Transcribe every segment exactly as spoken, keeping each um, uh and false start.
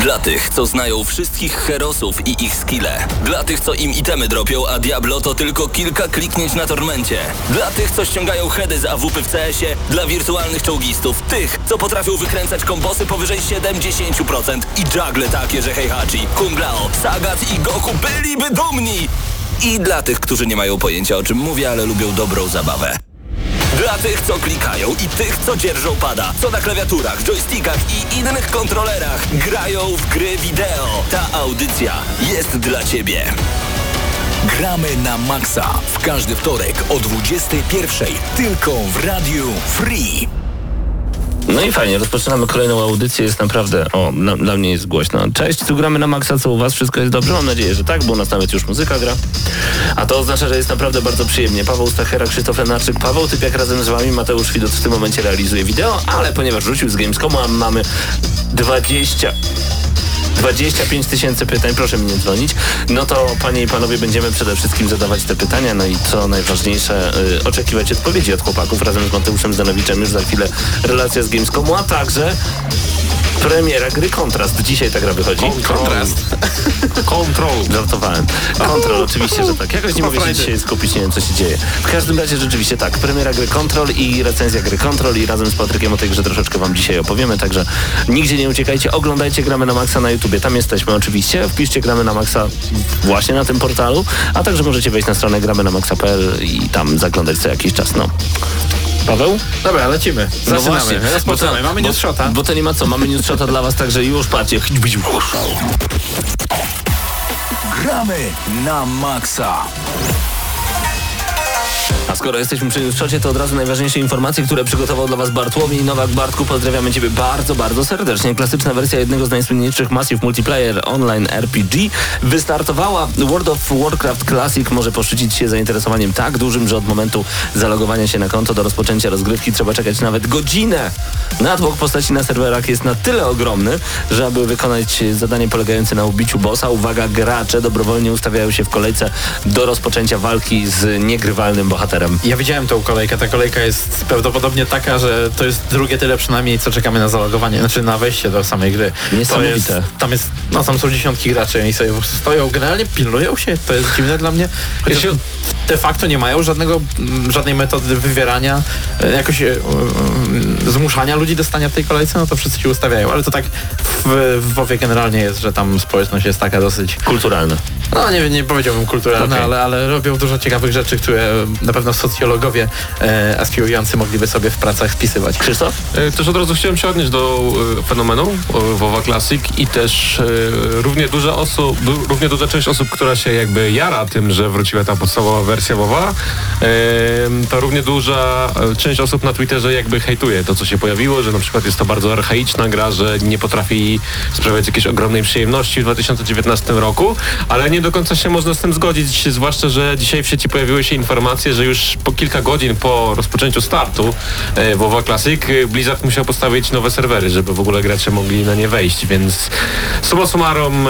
Dla tych, co znają wszystkich herosów i ich skille. Dla tych, co im itemy dropią, a Diablo to tylko kilka kliknięć na tormencie. Dla tych, co ściągają heady z A W P w C S-ie. Dla wirtualnych czołgistów. Tych, co potrafią wykręcać kombosy powyżej siedemdziesiąt procent. I juggle takie, że Heihachi, Kung Lao, Sagat i Goku byliby dumni. I dla tych, którzy nie mają pojęcia, o czym mówię, ale lubią dobrą zabawę. Dla tych, co klikają i tych, co dzierżą pada, co na klawiaturach, joystickach i innych kontrolerach grają w gry wideo. Ta audycja jest dla Ciebie. Gramy na maksa w każdy wtorek o dwudziestej pierwszej tylko w Radiu Free. No i fajnie, rozpoczynamy kolejną audycję, jest naprawdę, o, na, dla mnie jest głośno. Cześć, tu gramy na maksa, co u was? Wszystko jest dobrze? Mam nadzieję, że tak, bo u nas nawet już muzyka gra. A to oznacza, że jest naprawdę bardzo przyjemnie. Paweł Stachera, Krzysztof Lenarczyk, Paweł Typiak razem z wami, Mateusz Widot w tym momencie realizuje wideo, ale ponieważ wrócił z Gamescomu, a mamy dwadzieścia... dwadzieścia pięć tysięcy pytań, proszę mi nie dzwonić. No to panie i panowie, będziemy przede wszystkim zadawać te pytania, no i co najważniejsze, yy, oczekiwać odpowiedzi od chłopaków razem z Mateuszem Zdanowiczem. Już za chwilę relacja z Gamescomu, a także premiera gry Kontrast. Dzisiaj ta gra wychodzi. Kontrast. Control. Żartowałem. Control, oczywiście, że tak. Jakoś nie mogę się dzisiaj skupić, nie wiem co się dzieje. W każdym razie rzeczywiście tak. Premiera gry Control i recenzja gry Control i razem z Patrykiem o tej grze troszeczkę wam dzisiaj opowiemy, także nigdzie nie uciekajcie. Oglądajcie Gramy na Maxa na YouTubie. Tam jesteśmy oczywiście. Wpiszcie Gramy na Maxa właśnie na tym portalu, a także możecie wejść na stronę gramy na maxa kropka p l i tam zaglądać co jakiś czas. No. Paweł? Dobra, lecimy. Zaczynamy. No właśnie. Rozpoczynamy. Mamy news shota. Bo to nie ma co. Mamy news shota dla was, także już patrzcie. Gramy na maksa. A skoro jesteśmy przy newsshocie, to od razu najważniejsze informacje, które przygotował dla was Bartłomiej Nowak. Bartku, pozdrawiamy ciebie bardzo, bardzo serdecznie. Klasyczna wersja jednego z najsłynniejszych Massive Multiplayer Online R P G wystartowała. World of Warcraft Classic może poszczycić się zainteresowaniem tak dużym, że od momentu zalogowania się na konto do rozpoczęcia rozgrywki trzeba czekać nawet godzinę. Natłok postaci na serwerach jest na tyle ogromny, że aby wykonać zadanie polegające na ubiciu bossa, uwaga, gracze dobrowolnie ustawiają się w kolejce do rozpoczęcia walki z niegrywalnym bohaterem. Ja widziałem tą kolejkę. Ta kolejka jest prawdopodobnie taka, że to jest drugie tyle przynajmniej, co czekamy na zalogowanie, znaczy na wejście do samej gry. Niesamowite. To jest, tam jest, no tam są dziesiątki graczy i sobie po prostu stoją, generalnie pilnują się. To jest dziwne dla mnie. Chociaż de facto nie mają żadnego, żadnej metody wywierania, jakoś e, e, zmuszania ludzi do stania w tej kolejce, no to wszyscy się ustawiają. Ale to tak w, w WoWie generalnie jest, że tam społeczność jest taka dosyć... Kulturalna. No nie, nie powiedziałbym kulturalna, Okay. ale, ale, ale robią dużo ciekawych rzeczy, które na pewno socjologowie e, aspirujący mogliby sobie w pracach wpisywać. Krzysztof? E, też od razu chciałem się odnieść do e, fenomenu e, WoWa Classic i też e, równie duża osób, du, równie duża część osób, która się jakby jara tym, że wróciła ta podstawowa wersja WoWa, e, to równie duża część osób na Twitterze jakby hejtuje to, co się pojawiło, że na przykład jest to bardzo archaiczna gra, że nie potrafi sprawiać jakiejś ogromnej przyjemności w dwa tysiące dziewiętnastym roku, ale nie do końca się można z tym zgodzić, zwłaszcza, że dzisiaj w sieci pojawiły się informacje, że już po kilka godzin po rozpoczęciu startu e, WoWa Classic Blizzard musiał postawić nowe serwery, żeby w ogóle gracze mogli na nie wejść, więc summa summarum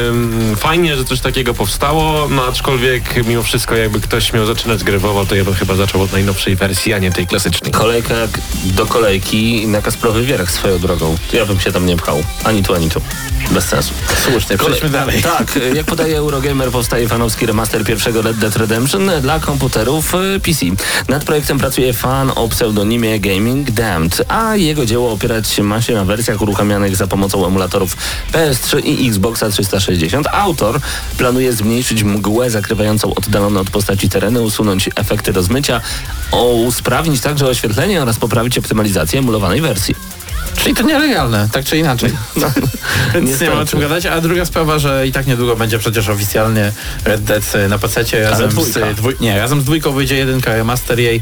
e, fajnie, że coś takiego powstało, no aczkolwiek mimo wszystko jakby ktoś miał zaczynać grę WoWa, to ja bym chyba zaczął od najnowszej wersji, a nie tej klasycznej. Kolejka jak do kolejki na Kasprowy Wierch swoją drogą. Ja bym się tam nie pchał. Ani tu, ani tu. Bez sensu. Słusznie, Kole- przejdźmy dalej. Tak, jak podaje Eurogamer, powstaje fanowski remaster pierwszego Red Dead Redemption dla komputerów P C. Nad projektem pracuje fan o pseudonimie Gaming Damned, a jego dzieło opierać się ma się na wersjach uruchamianych za pomocą emulatorów P S trzy i Xboxa trzysta sześćdziesiąt. Autor planuje zmniejszyć mgłę zakrywającą oddalone od postaci tereny, usunąć efekty rozmycia, usprawnić także oświetlenie oraz poprawić optymalizację emulowanej wersji. Czyli to nielegalne, tak czy inaczej. No, więc nie ma o czym gadać. A druga sprawa, że i tak niedługo będzie przecież oficjalnie Red Dead na pececie razem z dwój... Nie, razem z dwójką wyjdzie jedynka, remaster jej.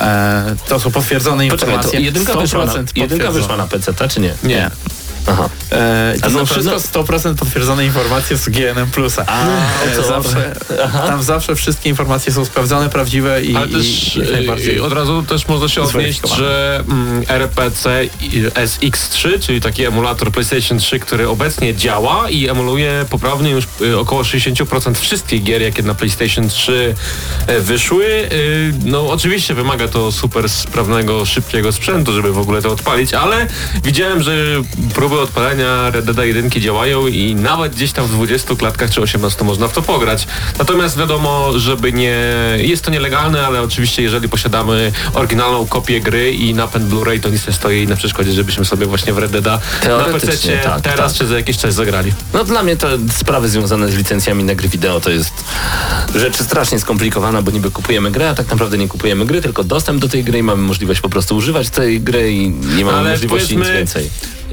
E, to są potwierdzone Poczekaj, informacje. To jedynka wyszła na, jedynka wyszła na P C, czy nie? Nie. Aha. E, to A są na wszystko pewno... sto procent potwierdzone informacje z G N M Plusa. A, e, zawsze, tam zawsze wszystkie informacje są sprawdzone, prawdziwe i, Ale i, też i jak najbardziej. od razu też można się odnieść, że mm, R P C S X trzy, czyli taki emulator PlayStation trzy, który obecnie działa i emuluje poprawnie już y, około sześćdziesiąt procent wszystkich gier, jakie na PlayStation trzy y, wyszły. Y, no oczywiście wymaga to super sprawnego, szybkiego sprzętu, żeby w ogóle to odpalić, ale widziałem, że próby tryby odpalenia Red Dead jeden działają i nawet gdzieś tam w dwudziestu klatkach czy osiemnastu można w to pograć. Natomiast wiadomo, żeby nie... Jest to nielegalne, ale oczywiście jeżeli posiadamy oryginalną kopię gry i napęd Blu-ray, to nic nie stoi na przeszkodzie, żebyśmy sobie właśnie w Red Deada na pececie tak, teraz tak. czy za jakiś czas zagrali. No dla mnie to sprawy związane z licencjami na gry wideo to jest rzecz strasznie skomplikowana, bo niby kupujemy grę, a tak naprawdę nie kupujemy gry, tylko dostęp do tej gry i mamy możliwość po prostu używać tej gry i nie mamy Ale możliwości nic więcej.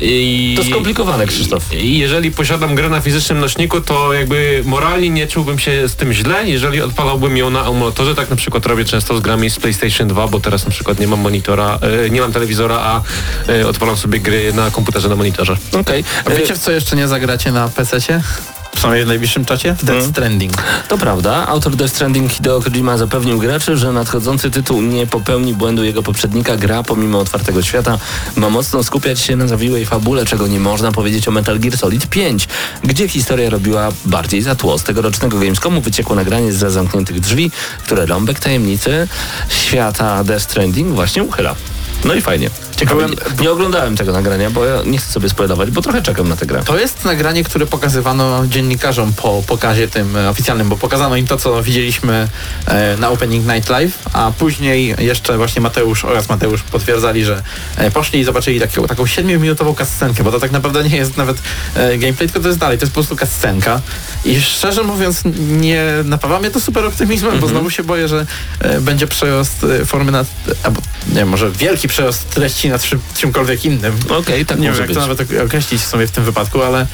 I To skomplikowane, Krzysztof. I jeżeli posiadam grę na fizycznym nośniku, to jakby moralnie nie czułbym się z tym źle, jeżeli odpalałbym ją na emulatorze. Tak na przykład robię często z grami z PlayStation dwa, bo teraz na przykład nie mam monitora, e, nie mam telewizora, a e, odpalam sobie gry na komputerze na monitorze. Okej. Okay. A wiecie w co jeszcze nie zagracie na pececie? Przynajmniej w najbliższym czacie? W Death Hmm. Stranding. To prawda. Autor Death Stranding Hideo Kojima zapewnił graczy, że nadchodzący tytuł nie popełni błędu jego poprzednika. Gra, pomimo otwartego świata, ma mocno skupiać się na zawiłej fabule, czego nie można powiedzieć o Metal Gear Solid pięć, gdzie historia robiła bardziej za tło. Z tegorocznego Gamescomu wyciekło nagranie za zamkniętych drzwi, które rąbek tajemnicy świata Death Stranding właśnie uchyla. No i fajnie. Ciekawe. Byłem- Nie, nie oglądałem tego nagrania, bo ja nie chcę sobie spoilować, bo trochę czekam na tę grę. To jest nagranie, które pokazywano dziennikarzom po pokazie tym e, oficjalnym, bo pokazano im to, co widzieliśmy e, na Opening Night Live, a później jeszcze właśnie Mateusz oraz Mateusz potwierdzali, że e, poszli i zobaczyli taką, taką siedmiominutową cutscenkę, bo to tak naprawdę nie jest nawet e, gameplay, tylko to jest dalej, to jest po prostu cutscenka. I szczerze mówiąc, nie napawa mnie to super optymizmem, bo znowu się boję, że e, będzie przerost e, formy na, albo nie wiem, może wielki przerost treści nad czym, czymkolwiek innym. Okej, tak Nie wiem, może jak być. to nawet ok- określić w sumie w tym wypadku, ale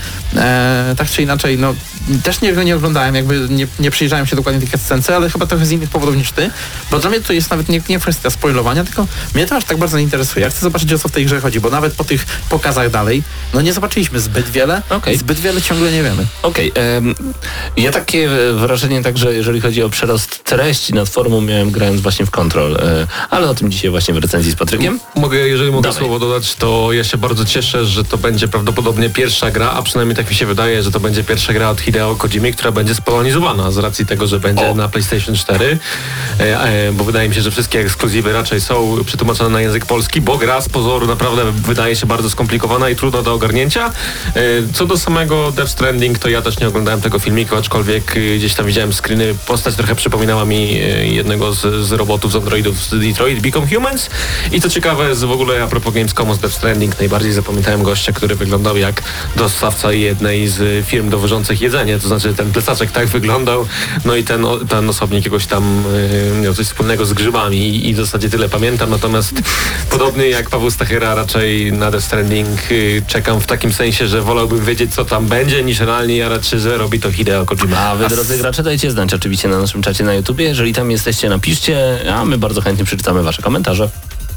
e, tak czy inaczej, no też nie, nie oglądałem, jakby nie, nie przyjrzałem się dokładnie tej scence, ale chyba trochę z innych powodów niż ty, bo dla mnie to jest nawet nie, nie kwestia spoilowania, tylko mnie to aż tak bardzo nie interesuje. Ja chcę zobaczyć, o co w tej grze chodzi, bo nawet po tych pokazach dalej, no nie zobaczyliśmy zbyt wiele Okej. i zbyt wiele ciągle nie wiemy. Okej, em, ja takie e, wrażenie także, jeżeli chodzi o przerost treści nad formą, miałem grając właśnie w Control, e, ale o tym dzisiaj właśnie w recenzji z Patrykiem. Mogę, jeżeli mogę Dawaj. słowo dodać, to ja się bardzo cieszę, że to będzie prawdopodobnie pierwsza gra, a przynajmniej tak mi się wydaje, że to będzie pierwsza gra od Hideo Kojimy, która będzie spolonizowana z racji tego, że będzie O. na PlayStation cztery, e, e, bo wydaje mi się, że wszystkie ekskluzywy raczej są przetłumaczone na język polski, bo gra z pozoru naprawdę wydaje się bardzo skomplikowana i trudna do ogarnięcia. E, co do samego Death Stranding, to ja też nie oglądałem tego filmiku, aczkolwiek e, gdzieś tam widziałem screeny, postać trochę przypominała mi e, jednego z, z robotów, z androidów z Detroit Become Humans i to ciekawe jest w ogóle a propos Gamescomu z Death Stranding, najbardziej zapamiętałem gościa, który wyglądał jak dostawca jednej z firm dowożących jedzenie, to znaczy ten plecaczek tak wyglądał, no i ten, o- ten osobnik jakoś tam y, miał coś wspólnego z grzybami i, i w zasadzie tyle pamiętam, natomiast podobny jak Paweł Stachyra raczej na Death Stranding y, czekam w takim sensie, że wolałbym wiedzieć co tam będzie, niż realnie jarać się, że robi to Hideo Kojima. A wy, drodzy gracze, dajcie znać oczywiście na naszym czacie na YouTubie. Jeżeli tam jesteście, napiszcie, a my bardzo chętnie przeczytamy wasze komentarze.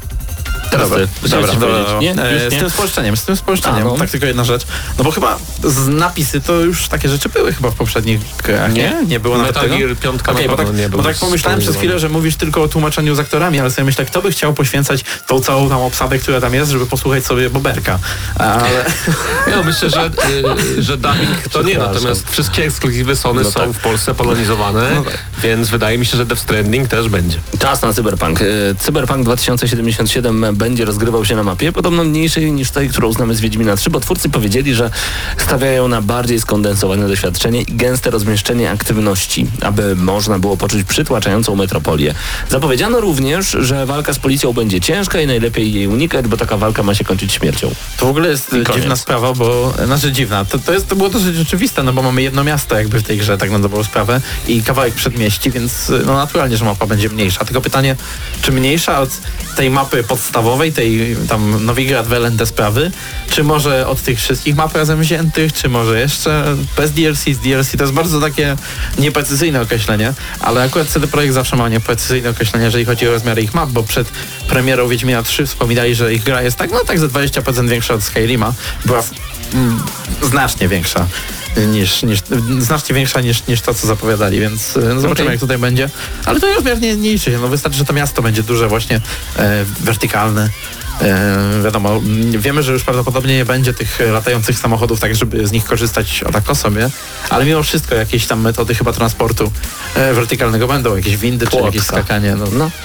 Teraz Dobra, ty. Chciałeś coś powiedzieć? Nie? E, Już z nie? tym spolszczeniem, z tym spolszczeniem, A, no. tak tylko jedna rzecz. No bo chyba z napisy to już takie rzeczy były chyba w poprzednich grach, nie? Nie było nawet Metal tego? Gear piątka Okej, na bo, tak, pewno nie był bo tak pomyślałem przez chwilę, że mówisz tylko o tłumaczeniu z aktorami, ale sobie myślę, kto by chciał poświęcać tą całą tam obsadę, która tam jest, żeby posłuchać sobie Boberka. Ale Ja myślę, że, y, że dubbing to nie, Przepraszam. natomiast wszystkie ekskluzywy Sony No są tak. w Polsce polonizowane, No tak. więc wydaje mi się, że Death Stranding też będzie. Czas na Cyberpunk. E, Cyberpunk dwa tysiące siedemdziesiąt siedem będzie rozgrywał się na mapie, podobno mniejszej niż tej, którą znamy z Wiedźmina trzy, bo twórcy powiedzieli, że stawiają na bardziej skondensowane doświadczenie i gęste rozmieszczenie aktywności, aby można było poczuć przytłaczającą metropolię. Zapowiedziano również, że walka z policją będzie ciężka i najlepiej jej unikać, bo taka walka ma się kończyć śmiercią. to w ogóle jest I koniec. dziwna sprawa, bo, znaczy dziwna, to, to, jest, to było dosyć rzeczywiste, no bo mamy jedno miasto jakby w tej grze, tak na dobrą sprawę i kawałek przedmieści, więc no naturalnie, że mapa będzie mniejsza. Tylko pytanie, czy mniejsza od tej mapy podstawowej, tej tam Novigrad, Welen, te sprawy, czy może od tych wszystkich map razem wziętych, czy może jeszcze bez D L C, z D L C, to jest bardzo takie nieprecyzyjne określenie, ale akurat C D Projekt zawsze ma nieprecyzyjne określenie, jeżeli chodzi o rozmiary ich map, bo przed premierą Wiedźmina trzy wspominali, że ich gra jest tak, no tak ze dwadzieścia procent większa od Skyrima, była w, mm, znacznie większa. Niż, niż, znacznie większa niż, niż to, co zapowiadali, więc e, no zobaczymy, Okej. jak tutaj będzie. Ale to rozmiar nie, nie liczy się. No wystarczy, że to miasto będzie duże, właśnie e, wertykalne E, wiadomo, wiemy, że już prawdopodobnie nie będzie tych latających samochodów tak, żeby z nich korzystać o tak o sobie, ale mimo wszystko jakieś tam metody chyba transportu e, wertykalnego będą, jakieś windy czy jakieś skakanie. No. No.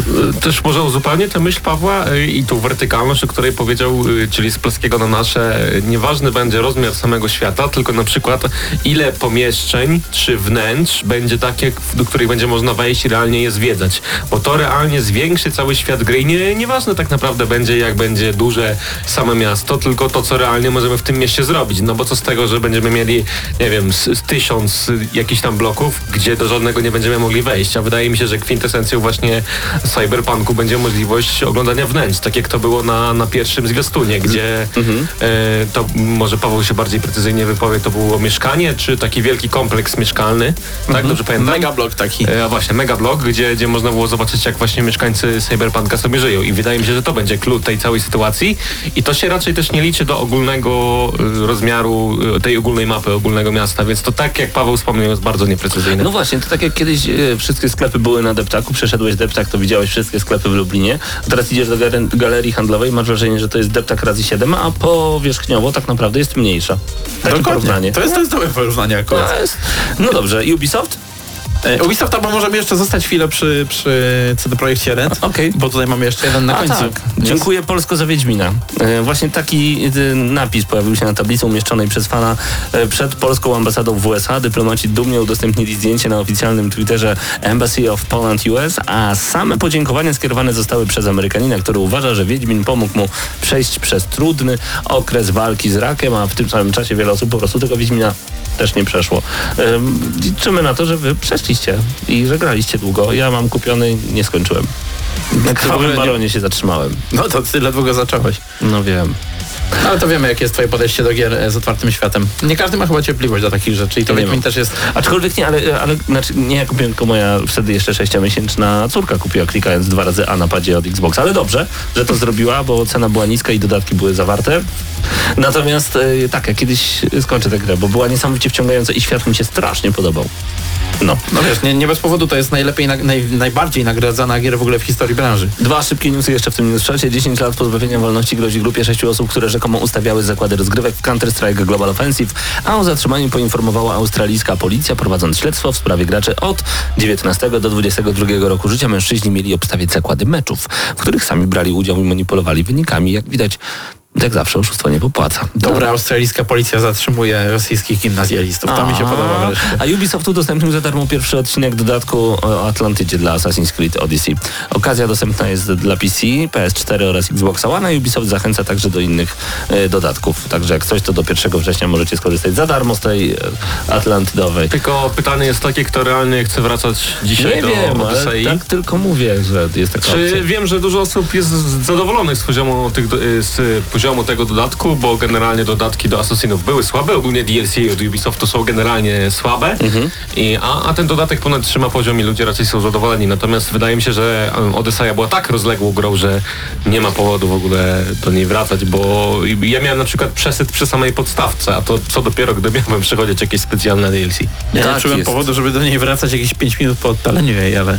Też może uzupełnię tę myśl Pawła y, i tą wertykalność, o której powiedział, y, czyli z polskiego na nasze, y, nieważny będzie rozmiar samego świata, tylko na przykład ile pomieszczeń czy wnętrz będzie takie, do których będzie można wejść i realnie je zwiedzać. Bo to realnie zwiększy cały świat gry i nie, nieważne tak naprawdę będzie, jak będzie duże same miasto, tylko to, co realnie możemy w tym mieście zrobić. No bo co z tego, że będziemy mieli, nie wiem, z, z tysiąc jakichś tam bloków, gdzie do żadnego nie będziemy mogli wejść. A wydaje mi się, że kwintesencją właśnie Cyberpunku będzie możliwość oglądania wnętrz, tak jak to było na, na pierwszym zwiastunie, gdzie Mhm. e, to może Paweł się bardziej precyzyjnie wypowie, to było mieszkanie, czy taki wielki kompleks mieszkalny, tak? Dobrze pamiętam? Megablok taki. E, a właśnie, megablok, gdzie, gdzie można było zobaczyć, jak właśnie mieszkańcy Cyberpunka sobie żyją i wydaje mi się, że to będzie klucz tej całej sytuacji i to się raczej też nie liczy do ogólnego y, rozmiaru y, tej ogólnej mapy, ogólnego miasta, więc to tak jak Paweł wspomniał, jest bardzo nieprecyzyjne. No właśnie, to tak jak kiedyś e, wszystkie sklepy były na deptaku, przeszedłeś deptak, to widziałeś wszystkie sklepy w Lublinie, a teraz idziesz do galerii, galerii handlowej, masz wrażenie, że to jest deptak razy siedem, a powierzchniowo tak naprawdę jest mniejsza. Takie porównanie. To jest, to jest dobre porównanie akurat. To jest... No dobrze, Ubisoft? E, Ubisoft, albo możemy jeszcze zostać chwilę przy, przy C D Projekcie Red, Okej. bo tutaj mamy jeszcze jeden na A końcu. tak. Dziękuję Polsko za Wiedźmina. E, właśnie taki e, napis pojawił się na tablicy umieszczonej przez fana e, przed polską ambasadą w U S A. Dyplomaci dumnie udostępnili zdjęcie na oficjalnym Twitterze Embassy of Poland U S, a same podziękowania skierowane zostały przez Amerykanina, który uważa, że Wiedźmin pomógł mu przejść przez trudny okres walki z rakiem, a w tym samym czasie wiele osób po prostu tego Wiedźmina też nie przeszło. E, liczymy na to, że wy przeszliście i że graliście długo. Ja mam kupiony, nie skończyłem. Na krwawym baronie się zatrzymałem. No to ty ledwo go zacząłeś. No wiem. Ale to wiemy, jakie jest twoje podejście do gier e, z otwartym światem. Nie każdy ma chyba cierpliwość do takich rzeczy i to Nie Wiedźmin mam. też jest... Aczkolwiek nie, ale, ale znaczy nie ja kupiłem, tylko moja wtedy jeszcze sześciomiesięczna córka kupiła, klikając dwa razy A na padzie od Xboxa. Ale dobrze, że to zrobiła, bo cena była niska i dodatki były zawarte. Natomiast e, tak, ja kiedyś skończę tę grę, bo była niesamowicie wciągająca i świat mi się strasznie podobał. No. No wiesz, nie, nie bez powodu to jest najlepiej, nag, naj, najbardziej nagradzana gier w ogóle w historii branży. Dwa szybkie newsy jeszcze w tym newschacie. dziesięć lat pozbawienia wolności grozi grupie sześciu osób, które rzekomo ustawiały zakłady rozgrywek w Counter-Strike Global Offensive, a o zatrzymaniu poinformowała australijska policja, prowadząc śledztwo w sprawie graczy od dziewiętnastego do dwudziestego drugiego roku życia. Mężczyźni mieli obstawiać zakłady meczów, w których sami brali udział i manipulowali wynikami. Jak widać, jak zawsze oszustwo nie popłaca. Dobra, australijska policja zatrzymuje rosyjskich gimnazjalistów. To mi się podoba wreszcie. A Ubisoft udostępnił za darmo pierwszy odcinek dodatku o Atlantydzie dla Assassin's Creed Odyssey. Okazja dostępna jest dla P C, P S cztery oraz Xbox One, a Ubisoft zachęca także do innych e, dodatków. Także jak coś, to do pierwszego września możecie skorzystać za darmo z tej e, atlantydowej. Tylko pytanie jest takie, kto realnie chce wracać dzisiaj Nie do wiem, ale Odysei. tak tylko mówię, że jest taka Czy opcja. wiem, że dużo osób jest zadowolonych z poziomu, tych, do- z poziomu tego dodatku, bo generalnie dodatki do Assassinów były słabe, ogólnie D L C od Ubisoftu są generalnie słabe, Mhm. I, a, a ten dodatek ponad trzyma poziom i ludzie raczej są zadowoleni. Natomiast wydaje mi się, że um, Odyseja była tak rozległą grą, że nie ma powodu w ogóle do niej wracać, bo ja miałem na przykład przesyt przy samej podstawce, a to co dopiero, gdy miałem przechodzić jakieś specjalne D L C. Ja Tak nie czułem jest. powodu, żeby do niej wracać jakieś pięć minut po odpaleniu jej, ale...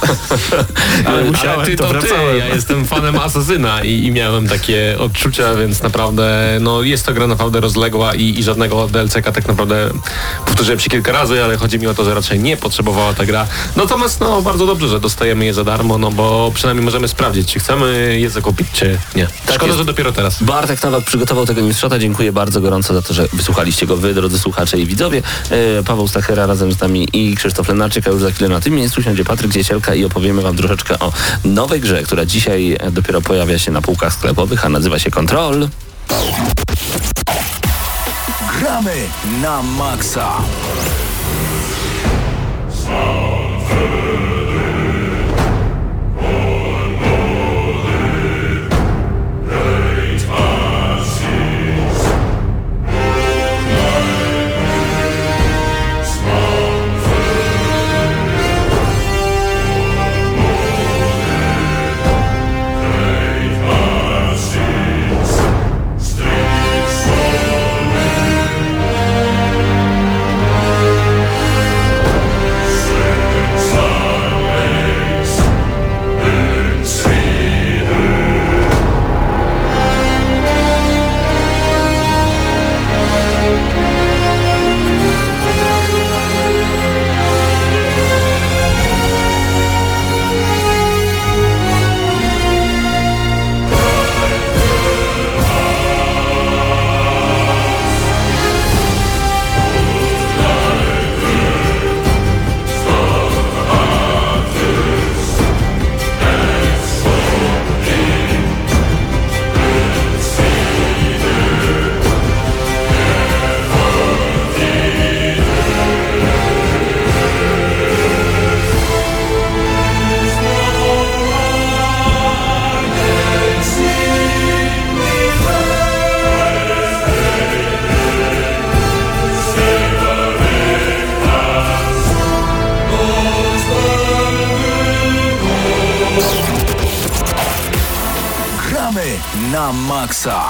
ale musiałem, Ale ty to to ty, wracałem. ja jestem fanem Asasyna i, i miałem takie odczucia, więc naprawdę, no jest to gra naprawdę rozległa i, i żadnego D L C-ka tak naprawdę powtórzyłem się kilka razy, ale chodzi mi o to, że raczej nie potrzebowała ta gra. Natomiast no bardzo dobrze, że dostajemy je za darmo, no bo przynajmniej możemy sprawdzić, czy chcemy je zakupić, czy nie. Szkoda, jest. że dopiero teraz. Bartek Nowak przygotował tego newsshota. Dziękuję bardzo gorąco za to, że wysłuchaliście go wy, drodzy słuchacze i widzowie. E, Paweł Stachera razem z nami i Krzysztof Lenarczyk, a już za chwilę na tym miejscu siądzie Patryk Dziecielka i opowiemy wam troszeczkę o nowej grze, która dzisiaj dopiero pojawia się na półkach sklepowych, a nazywa się Control. Gramy na maksa. na maksa.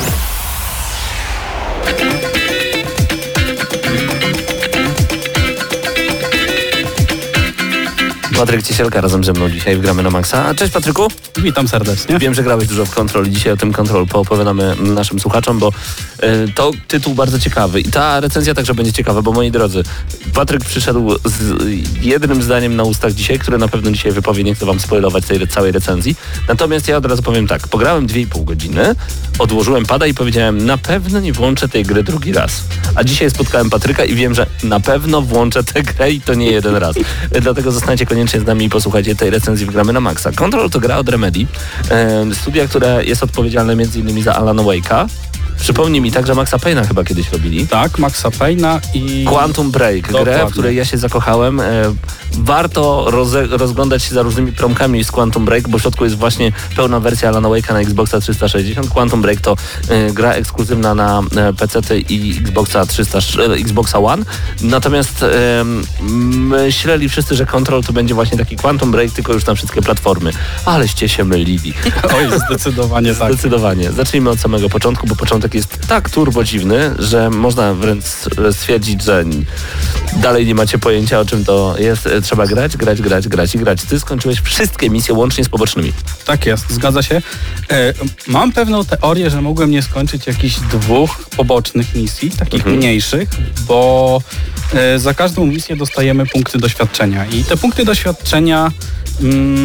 Patryk Ciesielka razem ze mną dzisiaj w Gramy na Maxa. Cześć Patryku. Witam serdecznie. Wiem, że grałeś dużo w Control i dzisiaj o tym Control poopowiadamy naszym słuchaczom, bo y, to tytuł bardzo ciekawy i ta recenzja także będzie ciekawa, bo moi drodzy, Patryk przyszedł z jednym zdaniem na ustach dzisiaj, które na pewno dzisiaj wypowie, nie chcę wam spoilować tej całej recenzji. Natomiast ja od razu powiem tak, pograłem dwie i pół godziny, odłożyłem pada i powiedziałem, na pewno nie włączę tej gry drugi raz. A dzisiaj spotkałem Patryka i wiem, że na pewno włączę tę grę i to nie jeden raz. Dlatego zostańcie koniecznie z nami i posłuchajcie tej recenzji w Gramy na Maxa. Control to gra od Remedy, e, studia, które jest odpowiedzialne między innymi za Alana Wake'a. Przypomnij mi także Maxa Payne'a chyba kiedyś robili. Tak, Maxa Payne'a i... Quantum Break, Dokładnie. grę, w której ja się zakochałem. E, warto roze, rozglądać się za różnymi promkami z Quantum Break, bo w środku jest właśnie pełna wersja Alana Wake'a na Xboxa trzysta sześćdziesiąt. Quantum Break to e, gra ekskluzywna na e, pecety i Xboxa trzysta, e, Xboxa One. Natomiast e, myśleli wszyscy, że Control to będzie właśnie taki Quantum Break, tylko już na wszystkie platformy. Aleście się mylili. Oj, zdecydowanie tak. Zdecydowanie. Zacznijmy od samego początku, bo początek jest tak turbo dziwny, że można wręcz stwierdzić, że dalej nie macie pojęcia, o czym to jest. Trzeba grać, grać, grać, grać i grać. Ty skończyłeś wszystkie misje łącznie z pobocznymi. Tak jest, zgadza się. E, mam pewną teorię, że mogłem nie skończyć jakichś dwóch pobocznych misji, takich Mhm. mniejszych, bo e, za każdą misję dostajemy punkty doświadczenia i te punkty doświadczenia mm,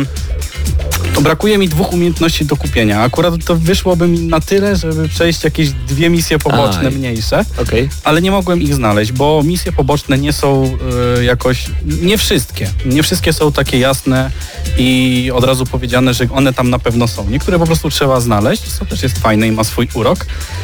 to brakuje mi dwóch umiejętności do kupienia. Akurat to wyszłoby mi na tyle, żeby przejść jakieś dwie misje poboczne Aj. mniejsze. Okej. Ale nie mogłem ich znaleźć, bo misje poboczne nie są y, jakoś, nie wszystkie, nie wszystkie są takie jasne i od razu powiedziane, że one tam na pewno są. Niektóre po prostu trzeba znaleźć, co też jest fajne i ma swój urok.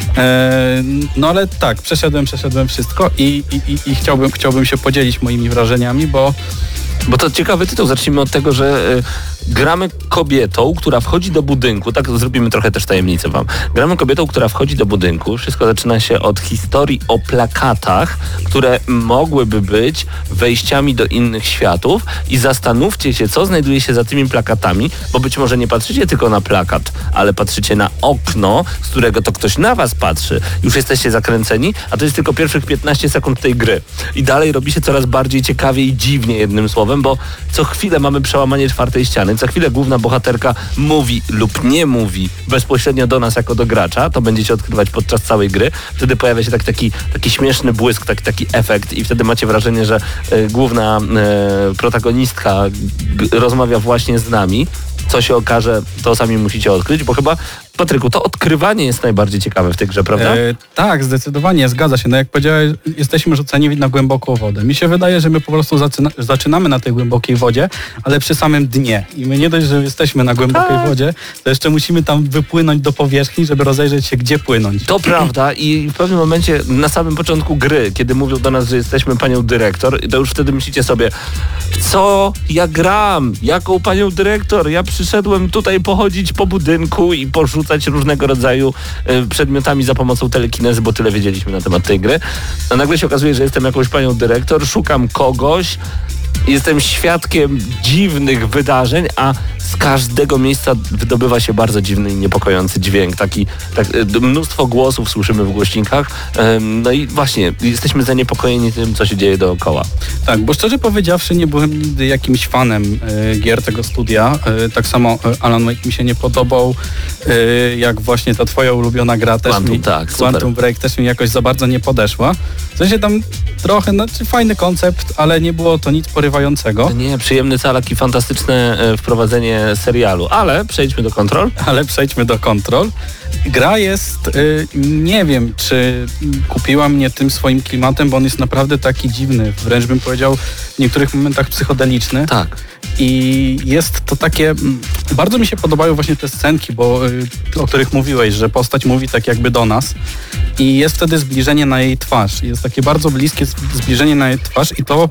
E, no ale tak, przeszedłem, przeszedłem wszystko i, i, i, i chciałbym, chciałbym się podzielić moimi wrażeniami, bo Bo to ciekawy tytuł. Zacznijmy od tego, że y, gramy kobietą, która wchodzi do budynku. Tak, zrobimy trochę też tajemnicę wam. Gramy kobietą, która wchodzi do budynku. Wszystko zaczyna się od historii o plakatach, które mogłyby być wejściami do innych światów i zastanówcie się, co znajduje się za tymi plakatami, bo być może nie patrzycie tylko na plakat, ale patrzycie na okno, z którego to ktoś na was patrzy. Już jesteście zakręceni, a to jest tylko pierwszych piętnaście sekund tej gry. I dalej robi się coraz bardziej ciekawie i dziwnie, jednym słowem, bo co chwilę mamy przełamanie czwartej ściany, co chwilę główna bohaterka mówi lub nie mówi bezpośrednio do nas jako do gracza, to będziecie odkrywać podczas całej gry. Wtedy pojawia się taki, taki, taki śmieszny błysk, taki, taki efekt i wtedy macie wrażenie, że y, główna y, protagonistka g- rozmawia właśnie z nami. Co się okaże, to sami musicie odkryć, bo chyba, Patryku, to odkrywanie jest najbardziej ciekawe w tej grze, prawda? E, tak, zdecydowanie, zgadza się. No jak powiedziałeś, jesteśmy rzuceni na głęboką wodę. Mi się wydaje, że my po prostu zaczyna, zaczynamy na tej głębokiej wodzie, ale przy samym dnie. I my nie dość, że jesteśmy na głębokiej A. wodzie, to jeszcze musimy tam wypłynąć do powierzchni, żeby rozejrzeć się, gdzie płynąć. To prawda i w pewnym momencie na samym początku gry, kiedy mówią do nas, że jesteśmy panią dyrektor, to już wtedy myślicie sobie, w co ja gram? Jaką panią dyrektor? Ja przyszedłem tutaj pochodzić po budynku i porzucać różnego rodzaju y, przedmiotami za pomocą telekinezy, bo tyle wiedzieliśmy na temat tej gry. A nagle się okazuje, że jestem jakąś panią dyrektor, szukam kogoś, jestem świadkiem dziwnych wydarzeń, a z każdego miejsca wydobywa się bardzo dziwny i niepokojący dźwięk. Taki, tak, y, mnóstwo głosów słyszymy w głośnikach. Ym, no i właśnie, jesteśmy zaniepokojeni tym, co się dzieje dookoła. Tak, bo szczerze powiedziawszy nie byłem nigdy jakimś fanem y, gier tego studia. Y, tak samo y, Alan Wake mi się nie podobał, y, jak właśnie ta twoja ulubiona gra też Quantum, mi, tak, super. Quantum Break też mi jakoś za bardzo nie podeszła. W sensie tam trochę, znaczy fajny koncept, ale nie było to nic porywającego. Nie, przyjemny calak i fantastyczne e, wprowadzenie serialu, ale przejdźmy do Control. Ale przejdźmy do Control. Gra jest, y, nie wiem, czy kupiła mnie tym swoim klimatem, bo on jest naprawdę taki dziwny, wręcz bym powiedział w niektórych momentach psychodeliczny. Tak. I jest to takie, mm, bardzo mi się podobają właśnie te scenki, bo, y, o których mówiłeś, że postać mówi tak jakby do nas i jest wtedy zbliżenie na jej twarz. Jest takie bardzo bliskie zbliżenie na jej twarz i to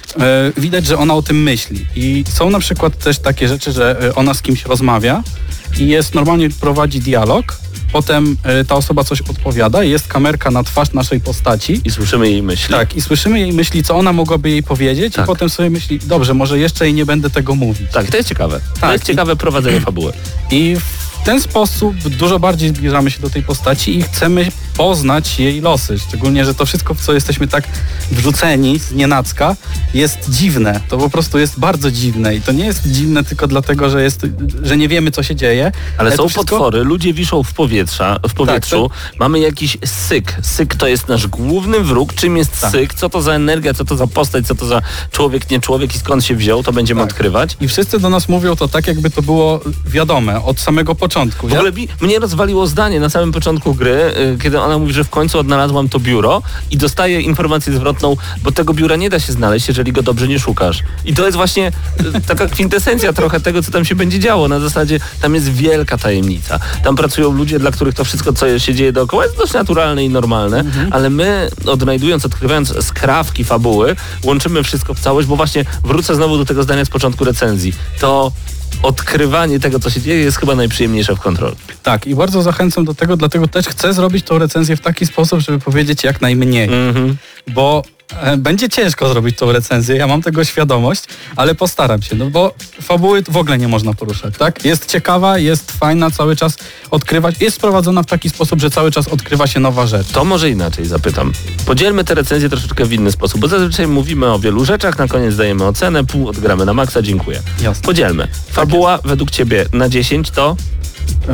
y, widać, że ona o tym myśli. I są na przykład też takie rzeczy, że y, ona z kimś rozmawia i jest normalnie prowadzi dialog, potem y, ta osoba coś odpowiada i jest kamerka na twarz naszej postaci. I słyszymy jej myśli. Tak, i słyszymy jej myśli, co ona mogłaby jej powiedzieć Tak. i potem sobie myśli, dobrze, może jeszcze jej nie będę tego mówić. Tak, i to jest ciekawe. To Tak, jest i- ciekawe prowadzenie fabuły. I w w ten sposób dużo bardziej zbliżamy się do tej postaci i chcemy poznać jej losy. Szczególnie, że to wszystko, w co jesteśmy tak wrzuceni z nienacka, jest dziwne. To po prostu jest bardzo dziwne i to nie jest dziwne tylko dlatego, że, jest, że nie wiemy, co się dzieje. Ale są to wszystko... potwory, ludzie wiszą w, powietrza, w powietrzu, tak, mamy jakiś syk. Syk to jest nasz główny wróg. Czym jest tak. syk? Co to za energia, co to za postać, co to za człowiek, nie człowiek i skąd się wziął, to będziemy tak. odkrywać. I wszyscy do nas mówią to tak, jakby to było wiadome od samego początku. W ogóle mi, mnie rozwaliło zdanie na samym początku gry, yy, kiedy ona mówi, że w końcu odnalazłam to biuro i dostaje informację zwrotną, bo tego biura nie da się znaleźć, jeżeli go dobrze nie szukasz. I to jest właśnie yy, taka kwintesencja trochę tego, co tam się będzie działo. Na zasadzie tam jest wielka tajemnica. Tam pracują ludzie, dla których to wszystko, co się dzieje dookoła, jest dość naturalne i normalne, mhm. ale my, odnajdując, odkrywając skrawki fabuły, łączymy wszystko w całość, bo właśnie wrócę znowu do tego zdania z początku recenzji. To odkrywanie tego, co się dzieje, jest chyba najprzyjemniejsze w Control. Tak, i bardzo zachęcam do tego, dlatego też chcę zrobić tą recenzję w taki sposób, żeby powiedzieć jak najmniej. Mm-hmm. Bo e, będzie ciężko zrobić tą recenzję, ja mam tego świadomość, ale postaram się, no bo fabuły w ogóle nie można poruszać, tak? Jest ciekawa, jest fajna, cały czas odkrywać, jest sprowadzona w taki sposób, że cały czas odkrywa się nowa rzecz. To może inaczej zapytam. Podzielmy tę recenzję troszeczkę w inny sposób, bo zazwyczaj mówimy o wielu rzeczach, na koniec dajemy ocenę, pół odgramy na maksa, dziękuję. Jasne. Podzielmy. Fabuła tak według ciebie na dziesięć to? Yy,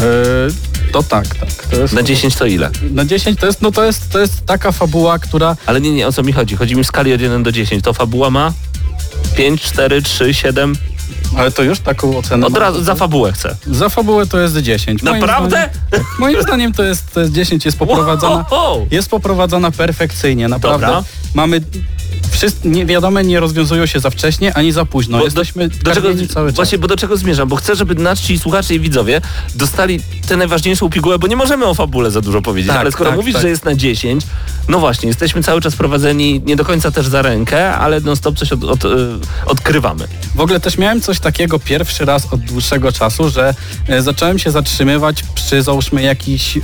to tak, tak. To jest na dziesięć to ile? Na dziesięć to jest, no to jest, to jest taka fabuła, która... Ale nie, nie, o co mi chodzi? Chodzi mi w skali od jeden do dziesięciu. To fabuła ma pięć, cztery, trzy, siedem... Ale to już taką ocenę... Od razu za fabułę chcę. Za fabułę to jest dziesięć. Naprawdę? Moim zdaniem, moim zdaniem to jest, to jest dziesięć, jest poprowadzona, jest poprowadzona perfekcyjnie, naprawdę. Dobra. Mamy... Wszystko niewiadome nie rozwiązują się za wcześnie, ani za późno. Bo Jesteśmy do, do czego, cały czas. Właśnie, bo do czego zmierzam? Bo chcę, żeby nasi słuchacze i widzowie dostali tę najważniejszą pigułę, bo nie możemy o fabule za dużo powiedzieć, tak, ale skoro tak, mówisz, tak. że jest na dziesięć, no właśnie, jesteśmy cały czas prowadzeni nie do końca też za rękę, ale non stop coś od, od, yy, odkrywamy. W ogóle też miałem coś takiego pierwszy raz od dłuższego czasu, że yy, zacząłem się zatrzymywać przy, załóżmy, jakichś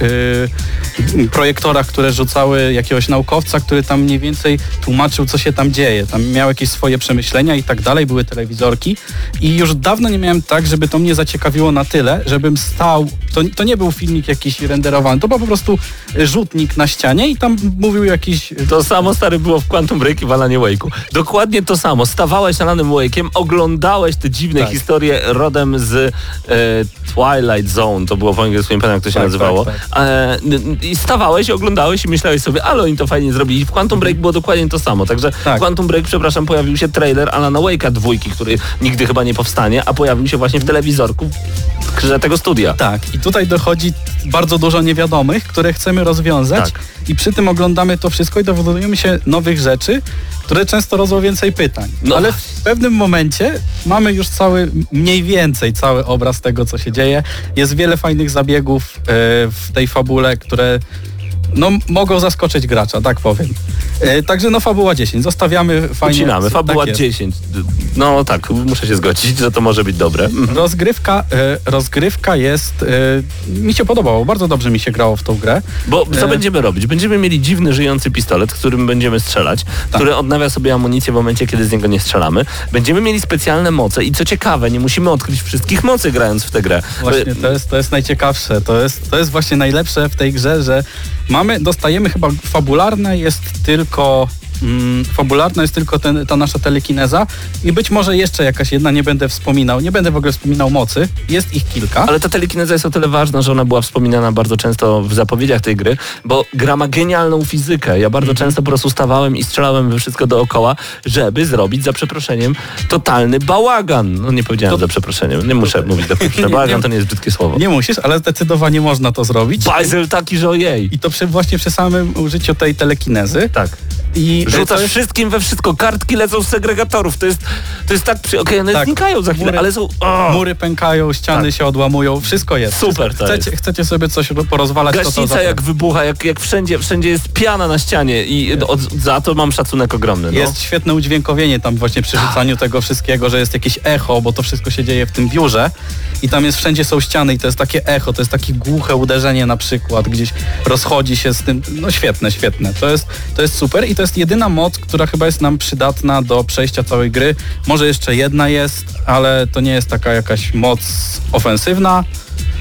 yy, projektorach, które rzucały jakiegoś naukowca, który tam mniej więcej tłumaczył, co się tam dzieje. Tam miał jakieś swoje przemyślenia i tak dalej, były telewizorki i już dawno nie miałem tak, żeby to mnie zaciekawiło na tyle, żebym stał, to, to nie był filmik jakiś renderowany, to był po prostu rzutnik na ścianie i tam mówił jakiś... To samo, stary, było w Quantum Break i w Alanie Wake'u. Dokładnie to samo. Stawałeś Alanem Wake'iem, oglądałeś te dziwne tak. historie rodem z e, Twilight Zone, to było w angielsku, nie pamiętam jak to się tak, nazywało. Tak, tak. E, I stawałeś, oglądałeś i myślałeś sobie, ale oni to fajnie zrobili. W Quantum Break było dokładnie to samo, także tak. w Quantum Break, przepraszam, pojawił się trailer Alana Wake'a dwójki, który nigdy chyba nie powstanie, a pojawił się właśnie w telewizorku w grze tego studia. Tak, i tutaj dochodzi bardzo dużo niewiadomych, które chcemy rozwiązać tak. i przy tym oglądamy to wszystko i dowiadujemy się nowych rzeczy, które często rodzą więcej pytań. No. Ale w pewnym momencie mamy już cały, mniej więcej cały obraz tego, co się dzieje. Jest wiele fajnych zabiegów yy, w tej fabule, które no mogą zaskoczyć gracza, tak powiem. E, także no fabuła dziesięć, zostawiamy fajnie. Ucinamy, fabuła tak dziesięć. No tak, muszę się zgodzić, że to może być dobre. Rozgrywka, e, rozgrywka jest, e, mi się podobało, bardzo dobrze mi się grało w tą grę. Bo co e... będziemy robić? Będziemy mieli dziwny, żyjący pistolet, którym będziemy strzelać, tak. który odnawia sobie amunicję w momencie, kiedy z niego nie strzelamy. Będziemy mieli specjalne moce i co ciekawe, nie musimy odkryć wszystkich mocy grając w tę grę. Właśnie, to jest, to jest najciekawsze, to jest, to jest właśnie najlepsze w tej grze, że mamy, dostajemy chyba fabularne jest tylko mm, fabularna jest tylko ten, ta nasza telekineza i być może jeszcze jakaś jedna, nie będę wspominał, nie będę w ogóle wspominał mocy, jest ich kilka. Ale ta telekineza jest o tyle ważna, że ona była wspominana bardzo często w zapowiedziach tej gry, bo gra ma genialną fizykę. Ja bardzo mm-hmm. często po prostu stawałem i strzelałem we wszystko dookoła, żeby zrobić, za przeproszeniem, totalny bałagan. No nie powiedziałem to, za przeproszeniem, nie muszę to, mówić za przeproszeniem, bałagan to nie jest brzydkie słowo. Nie musisz, ale zdecydowanie można to zrobić. Bajzel taki, że ojej. I to przy, właśnie przy samym użyciu tej telekinezy. Tak. I rzucasz jest... wszystkim we wszystko, kartki lecą z segregatorów, to jest, to jest tak, przy... okej, okay, one tak. znikają za chwilę, mury, ale są... Oh. Mury pękają, ściany tak. się odłamują, wszystko jest. Super to chcecie, jest. Chcecie sobie coś porozwalać, Gaśnica to to za... jak wybucha, jak, jak wszędzie, wszędzie jest piana na ścianie i od, za to mam szacunek ogromny. No. Jest świetne udźwiękowienie tam właśnie przy rzucaniu tego wszystkiego, że jest jakieś echo, bo to wszystko się dzieje w tym biurze i tam jest, wszędzie są ściany i to jest takie echo, to jest takie głuche uderzenie na przykład, gdzieś rozchodzi się z tym, no świetne, świetne. To jest, to jest super i to jest jedyna moc, która chyba jest nam przydatna do przejścia całej gry. Może jeszcze jedna jest, ale to nie jest taka jakaś moc ofensywna.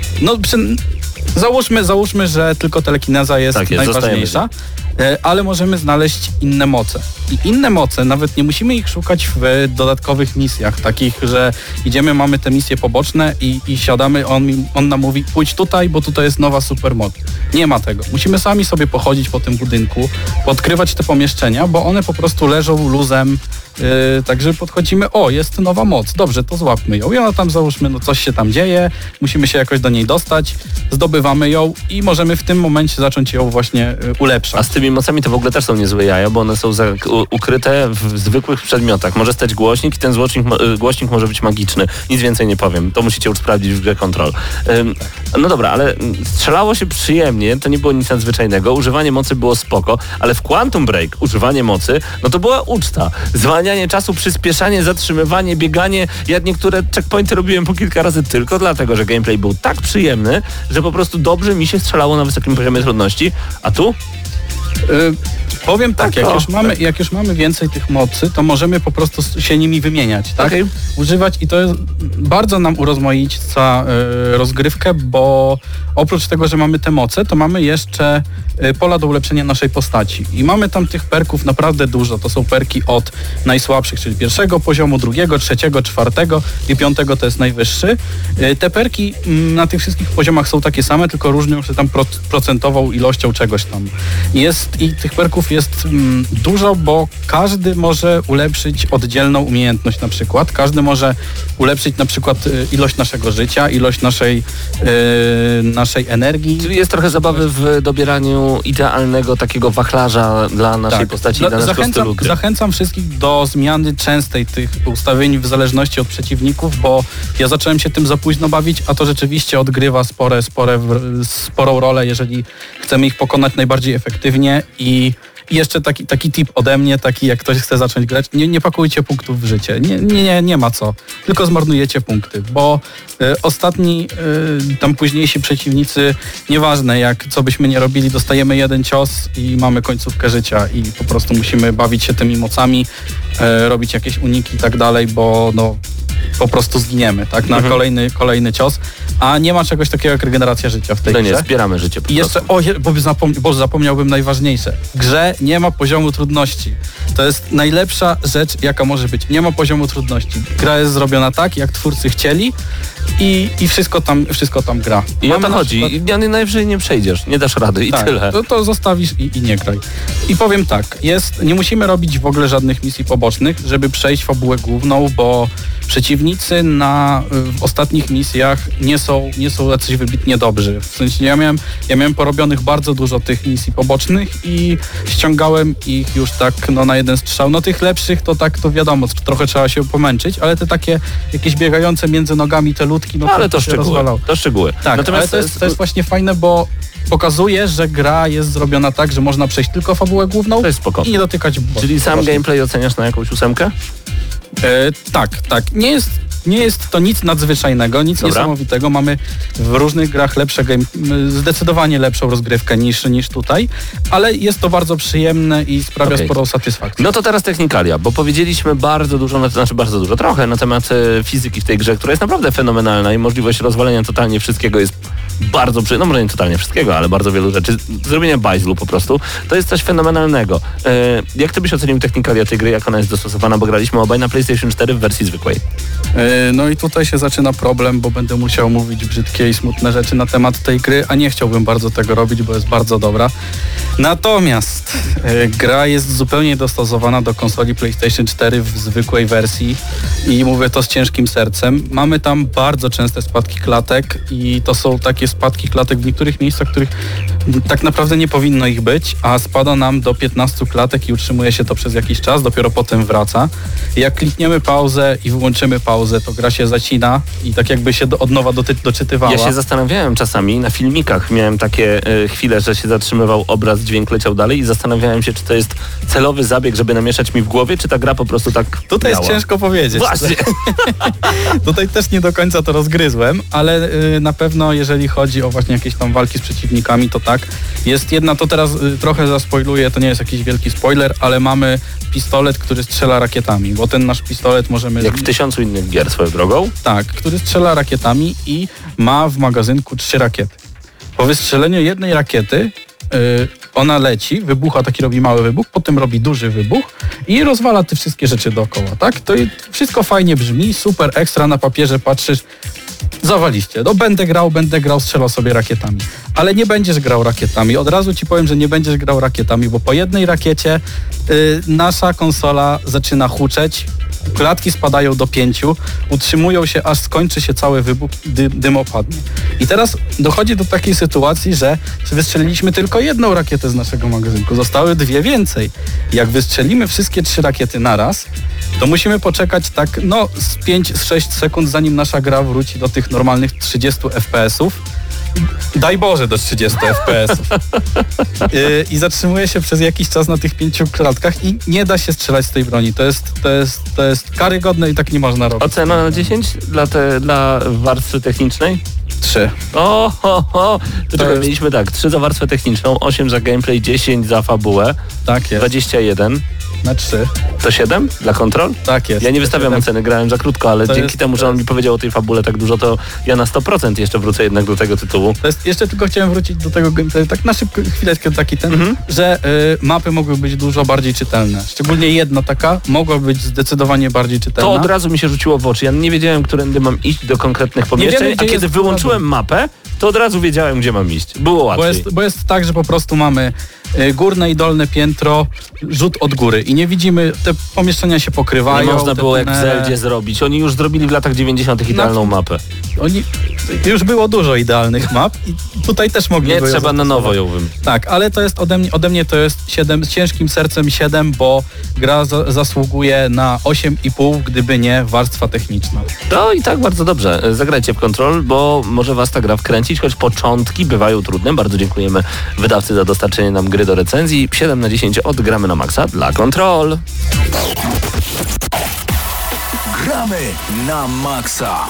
No, przy, załóżmy, załóżmy, że tylko telekineza jest, Tak jest, najważniejsza, e, ale możemy znaleźć inne moce. I inne moce, nawet nie musimy ich szukać w dodatkowych misjach, takich, że idziemy, mamy te misje poboczne i, i siadamy, on, mi- on nam mówi, pójdź tutaj, bo tutaj jest nowa supermoc. Nie ma tego. Musimy sami sobie pochodzić po tym budynku, odkrywać te pomieszczenia, bo one po prostu leżą luzem. Yy, także podchodzimy, o, jest nowa moc, dobrze, to złapmy ją. I ona tam, załóżmy, no coś się tam dzieje, musimy się jakoś do niej dostać, zdobywamy ją i możemy w tym momencie zacząć ją właśnie yy, A ulepszać. z tymi mocami to w ogóle też są niezłe jaja, bo one są za, u, ukryte w zwykłych przedmiotach. Może stać głośnik i ten złośnik, mo- y, głośnik może być magiczny. Nic więcej nie powiem. To musicie już sprawdzić w grze Control. Ym, no dobra, ale mm, strzelało się przyjemnie, to nie było nic nadzwyczajnego. Używanie mocy było spoko, ale w Quantum Break używanie mocy, no to była uczta. Zwalnianie czasu, przyspieszanie, zatrzymywanie, bieganie. Ja niektóre checkpointy robiłem po kilka razy tylko dlatego, że gameplay był tak przyjemny, że po prostu dobrze mi się strzelało na wysokim poziomie trudności. A tu? Yy, powiem tak, Tak, jak, o, już mamy, tak. jak już mamy więcej tych mocy, to możemy po prostu s- się nimi wymieniać, tak? Okej. Używać i to jest, bardzo nam urozmaica yy, rozgrywkę, bo oprócz tego, że mamy te moce, to mamy jeszcze yy, pola do ulepszenia naszej postaci. I mamy tam tych perków naprawdę dużo. To są perki od najsłabszych, czyli pierwszego poziomu, drugiego, trzeciego, czwartego i piątego to jest najwyższy. Yy, te perki mm, na tych wszystkich poziomach są takie same, tylko różnią się tam pro, procentową ilością czegoś tam. Jest i tych perków jest mm, dużo, bo każdy może ulepszyć oddzielną umiejętność na przykład. Każdy może ulepszyć na przykład y, ilość naszego życia, ilość naszej, y, naszej energii. Czyli jest trochę zabawy w dobieraniu idealnego takiego wachlarza dla naszej postaci, Dla- dla naszego zachęcam, stylu gry. zachęcam wszystkich do zmiany częstej tych ustawień w zależności od przeciwników, bo ja zacząłem się tym za późno bawić, a to rzeczywiście odgrywa spore, spore, w- sporą rolę, jeżeli chcemy ich pokonać najbardziej efektywnie. I i jeszcze taki, taki tip ode mnie, taki jak ktoś chce zacząć grać, nie, nie pakujcie punktów w życie. Nie, nie, nie, nie ma co. Tylko zmarnujecie punkty, bo y, ostatni, y, tam późniejsi przeciwnicy, nieważne jak, co byśmy nie robili, dostajemy jeden cios i mamy końcówkę życia i po prostu musimy bawić się tymi mocami, y, robić jakieś uniki i tak dalej, bo no po prostu zginiemy, tak, na Mhm. kolejny, kolejny cios, a nie ma czegoś takiego jak regeneracja życia w tej No grze. nie, zbieramy życie po I jeszcze, prostu. o, je- bo, zapom- bo zapomniałbym najważniejsze. W grze nie ma poziomu trudności. To jest najlepsza rzecz, jaka może być. Nie ma poziomu trudności. Gra jest zrobiona tak, jak twórcy chcieli i, i wszystko, tam, wszystko tam gra. I o Mamy to na chodzi. przykład- I najwyżej nie przejdziesz, nie dasz rady i tak, tyle. To, to zostawisz i, i nie graj. I powiem tak, jest, nie musimy robić w ogóle żadnych misji pobocznych, żeby przejść fabułę główną, bo przeciwnicy na, w ostatnich misjach nie są, nie są jacyś wybitnie dobrzy. W sensie ja miałem, ja miałem porobionych bardzo dużo tych misji pobocznych i ściągałem ich już tak no, na jeden strzał. No tych lepszych to tak, to wiadomo, trochę trzeba się pomęczyć, ale te takie jakieś biegające między nogami te ludki, no No, ale to się szczegóły. rozwalał. To szczegóły. Tak, Natomiast ale to jest, to jest właśnie fajne, bo pokazuje, że gra jest zrobiona tak, że można przejść tylko fabułę główną To jest spoko. i nie dotykać bo- Czyli sam pobocznych. gameplay oceniasz na jakąś ósemkę? E, tak, tak. Nie jest, nie jest to nic nadzwyczajnego, nic Dobra. niesamowitego. Mamy w różnych grach lepsze game, m, zdecydowanie lepszą rozgrywkę niż, niż tutaj, ale jest to bardzo przyjemne i sprawia Okej. sporą satysfakcję. No to teraz technikalia, bo powiedzieliśmy bardzo dużo, na, znaczy bardzo dużo, trochę na temat e, fizyki w tej grze, która jest naprawdę fenomenalna i możliwość rozwalenia totalnie wszystkiego jest bardzo przy... No może nie totalnie wszystkiego, ale bardzo wielu rzeczy. Zrobienia bajzlu po prostu. To jest coś fenomenalnego. E, jak ty byś ocenił technikalia tej gry, jak ona jest dostosowana, bo graliśmy obaj na PlayStation cztery w wersji zwykłej. E, No i tutaj się zaczyna problem, bo będę musiał mówić brzydkie i smutne rzeczy na temat tej gry, a nie chciałbym bardzo tego robić, bo jest bardzo dobra. Natomiast e, gra jest zupełnie dostosowana do konsoli PlayStation cztery w zwykłej wersji i mówię to z ciężkim sercem. Mamy tam bardzo częste spadki klatek i to są takie spadki klatek w niektórych miejscach, w których tak naprawdę nie powinno ich być, a spada nam do piętnastu klatek i utrzymuje się to przez jakiś czas, dopiero potem wraca. Jak klikniemy pauzę i wyłączymy pauzę, to gra się zacina i tak jakby się do, od nowa doty, doczytywała. Ja się zastanawiałem czasami, na filmikach miałem takie e, chwile, że się zatrzymywał obraz, dźwięk leciał dalej i zastanawiałem się, czy to jest celowy zabieg, żeby namieszać mi w głowie, czy ta gra po prostu tak Tutaj jest miała. ciężko powiedzieć. Właśnie. Tutaj też nie do końca to rozgryzłem, ale y, na pewno jeżeli chodzi chodzi o właśnie jakieś tam walki z przeciwnikami, to tak. Jest jedna, to teraz y, trochę zaspoiluję, to nie jest jakiś wielki spoiler, ale mamy pistolet, który strzela rakietami, bo ten nasz pistolet możemy... Jak w tysiącu innych gier swoją drogą. Tak, który strzela rakietami i ma w magazynku trzy rakiety. Po wystrzeleniu jednej rakiety yy, ona leci, wybucha, taki robi mały wybuch, potem robi duży wybuch i rozwala te wszystkie rzeczy dookoła, tak? To i wszystko fajnie brzmi, super, ekstra, na papierze patrzysz, zawaliście. No będę grał, będę grał, strzelał sobie rakietami. Ale nie będziesz grał rakietami. Od razu ci powiem, że nie będziesz grał rakietami, bo po jednej rakiecie yy, nasza konsola zaczyna huczeć, klatki spadają do pięciu, utrzymują się, aż skończy się cały wybuch i dy, dym opadnie. I teraz dochodzi do takiej sytuacji, że wystrzeliliśmy tylko jedną rakietę z naszego magazynku. Zostały dwie więcej. Jak wystrzelimy wszystkie trzy rakiety naraz, to musimy poczekać tak, no, z pięć z sześć sekund, zanim nasza gra wróci do tych normalnych trzydziestu ef pe esów. Daj Boże do trzydziestu ef pe esów. Yy, I zatrzymuje się przez jakiś czas na tych pięciu klatkach i nie da się strzelać z tej broni. To jest, to jest, to jest karygodne i tak nie można robić. Ocena na dziesięć dla, te, dla warstwy technicznej? Trzy. O, ho, ho. To To czekaj, jest- mieliśmy tak, trzy za warstwę techniczną, osiem za gameplay, dziesięć za fabułę, Tak jest. dwadzieścia jeden. Na trzy. To siedem dla kontrol? Tak jest. Ja nie wystawiam Siedem. oceny, grałem za krótko, ale To dzięki jest- temu, że on mi powiedział o tej fabule tak dużo, to ja na sto procent jeszcze wrócę jednak do tego tytułu. To jest, jeszcze tylko chciałem wrócić do tego gameplayu, tak na szybko, chwileczkę taki ten, Mhm. że y, mapy mogły być dużo bardziej czytelne. Szczególnie jedna taka mogła być zdecydowanie bardziej czytelna. To od razu mi się rzuciło w oczy. Ja nie wiedziałem, którędy mam iść do konkretnych pomieszczeń, wiemy, a gdzie kiedy jest wyłączyłem mapę, to od razu wiedziałem, gdzie mam iść. Było Bo łatwiej. jest, bo jest tak, że po prostu mamy y, górne i dolne piętro, rzut od góry i nie widzimy, te pomieszczenia się pokrywają. Nie można te było jak w tunele. Zeldzie zrobić. Oni już zrobili w latach dziewięćdziesiątych idealną mapę. Oni, już było dużo idealnych map i tutaj też mogli Nie trzeba na nowo ją wymyślić. Tak, ale to jest ode mnie, ode mnie to jest siedem, z ciężkim sercem siedem, bo gra za, zasługuje na osiem i pół, gdyby nie warstwa techniczna. To i tak bardzo dobrze. Zagrajcie w Control, bo może was ta gra wkręcić, choć początki bywają trudne. Bardzo dziękujemy wydawcy za dostarczenie nam gry do recenzji. siedem na dziesięć od Gramy na Maxa dla Control. Gramy na maksa.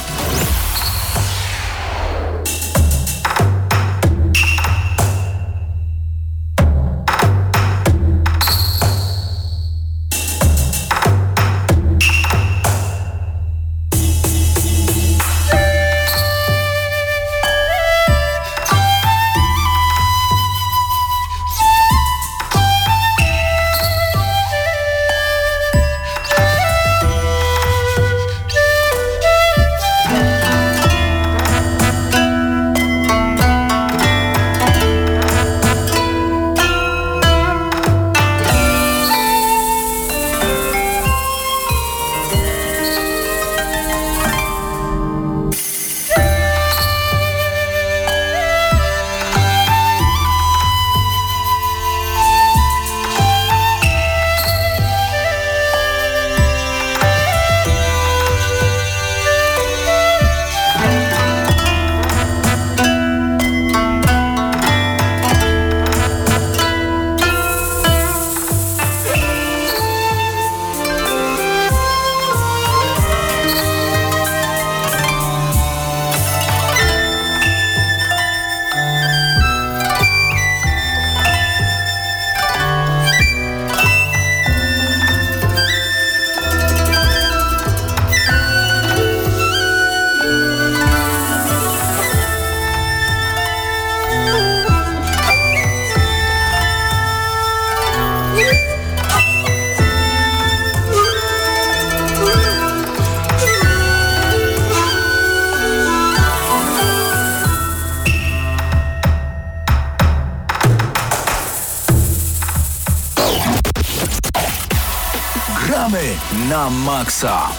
Gramy na maksa.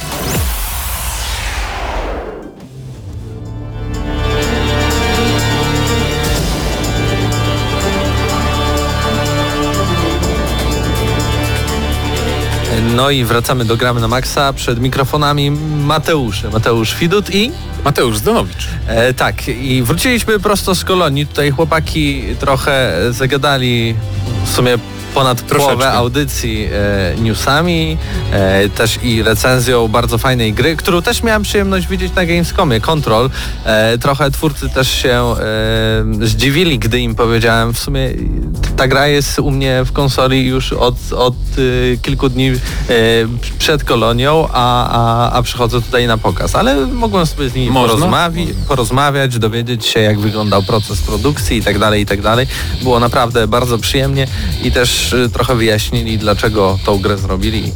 No i wracamy do Gramy na Maxa. Przed mikrofonami Mateusz, Mateusz Widut i... Mateusz Zdanowicz. E, tak, i wróciliśmy prosto z Kolonii. Tutaj chłopaki trochę zagadali w sumie ponad Troszeczkę. połowę audycji e, newsami, e, też i recenzją bardzo fajnej gry, którą też miałem przyjemność widzieć na Gamescomie, Control. E, trochę twórcy też się e, zdziwili, gdy im powiedziałem, w sumie ta gra jest u mnie w konsoli już od, od e, kilku dni e, przed kolonią, a, a, a przychodzę tutaj na pokaz. Ale mogłem sobie z nimi porozmawi- porozmawiać, dowiedzieć się, jak wyglądał proces produkcji i tak dalej, i tak dalej. Było naprawdę bardzo przyjemnie i też y, trochę wyjaśnili, dlaczego tą grę zrobili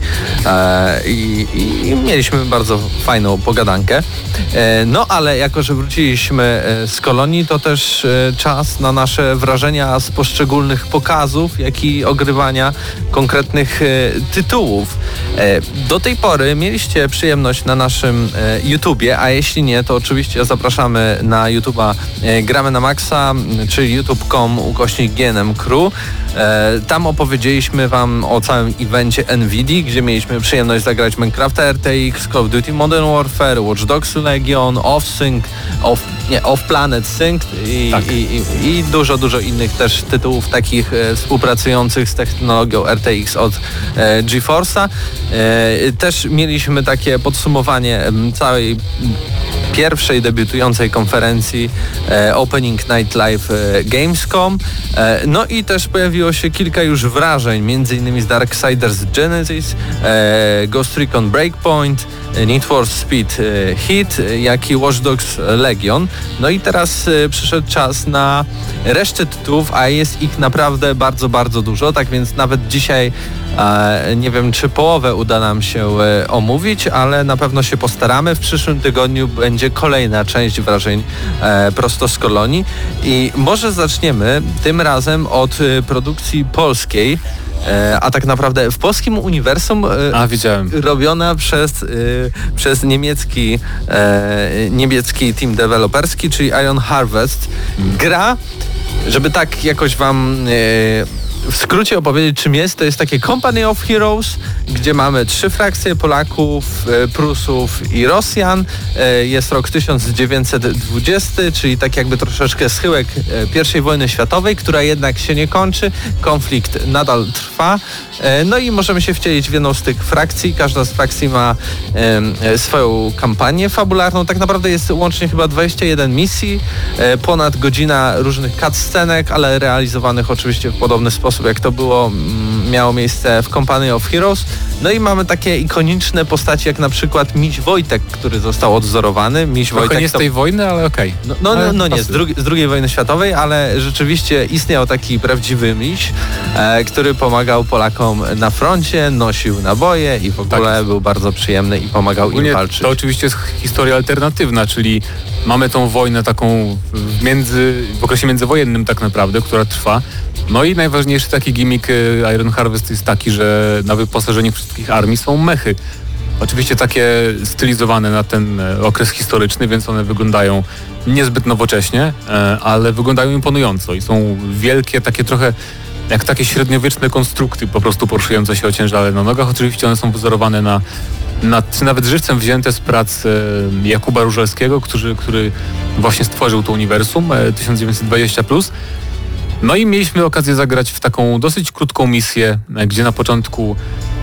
e, i, i, i mieliśmy bardzo fajną pogadankę. E, no ale jako, że wróciliśmy e, z kolonii, to też e, czas na nasze wrażenia z poszczególnych pokazów, jak i ogrywania konkretnych e, tytułów. E, do tej pory mieliście przyjemność na naszym e, YouTubie, a jeśli nie, to oczywiście zapraszamy na YouTuba e, Gramy na Maxa, czyli youtube kropka com ukośnik G N M Crew. E, tam opowiedzieliśmy wam o całym evencie Nvidia, gdzie mieliśmy przyjemność zagrać Minecrafta R T X, Call of Duty Modern Warfare, Watch Dogs Legion, Off-Sync, off, nie, Off-Planet Synced i, Tak. i, i, i dużo, dużo innych też tytułów takich e, współpracujących z technologią R T X od e, GeForce'a. E, też mieliśmy takie podsumowanie em, całej m, pierwszej debiutującej konferencji e, Opening Night Live e, Gamescom. E, no i też pojawiło się kilka już wrażeń, między innymi z Darksiders Genesis, e, Ghost Recon Breakpoint, e, Need for Speed e, Heat, e, jak i Watch Dogs Legion. No i teraz e, przyszedł czas na resztę tytułów, a jest ich naprawdę bardzo, bardzo dużo, tak więc nawet dzisiaj E, nie wiem, czy połowę uda nam się e, omówić, ale na pewno się postaramy. W przyszłym tygodniu będzie kolejna część wrażeń e, prosto z kolonii i może zaczniemy tym razem od e, produkcji polskiej, e, a tak naprawdę w polskim uniwersum e, A, widziałem. robiona przez, e, przez niemiecki, e, niemiecki team deweloperski, czyli Iron Harvest. Gra, żeby tak jakoś wam e, w skrócie opowiedzieć, czym jest, to jest takie Company of Heroes, gdzie mamy trzy frakcje Polaków, e, Prusów i Rosjan. E, jest rok tysiąc dziewięćset dwudziesty, czyli tak jakby troszeczkę schyłek e, pierwszej wojny światowej, która jednak się nie kończy. Konflikt nadal trwa. E, no i możemy się wcielić w jedną z tych frakcji. Każda z frakcji ma e, swoją kampanię fabularną. Tak naprawdę jest łącznie chyba dwadzieścia jeden misji, e, ponad godzina różnych cutscenek, ale realizowanych oczywiście w podobny sposób, jak to było, mm, miało miejsce w Company of Heroes. No i mamy takie ikoniczne postaci, jak na przykład Miś Wojtek, który został odwzorowany. Miś Trochę Wojtek nie z to... tej wojny, ale okej. No, no, Ale no, no nie, z, pasuje. drugi, z drugiej wojny światowej, ale rzeczywiście istniał taki prawdziwy miś, e, który pomagał Polakom na froncie, nosił naboje i w ogóle jest. był bardzo przyjemny i pomagał im Ogólnie walczyć. to oczywiście jest historia alternatywna, czyli mamy tą wojnę taką w, między, w okresie międzywojennym tak naprawdę, która trwa. No i najważniejszy taki gimmick y, Iron Harvest jest taki, że na wyposażeniu wszystkich armii są mechy. Oczywiście takie stylizowane na ten e, okres historyczny, więc one wyglądają niezbyt nowocześnie, e, ale wyglądają imponująco i są wielkie, takie trochę jak takie średniowieczne konstrukty po prostu poruszające się o ciężarze na nogach. Oczywiście one są wzorowane na, na czy nawet żywcem wzięte z prac e, Jakuba Różalskiego, który, który właśnie stworzył to uniwersum e, tysiąc dziewięćset dwadzieścia plus. No i mieliśmy okazję zagrać w taką dosyć krótką misję, e, gdzie na początku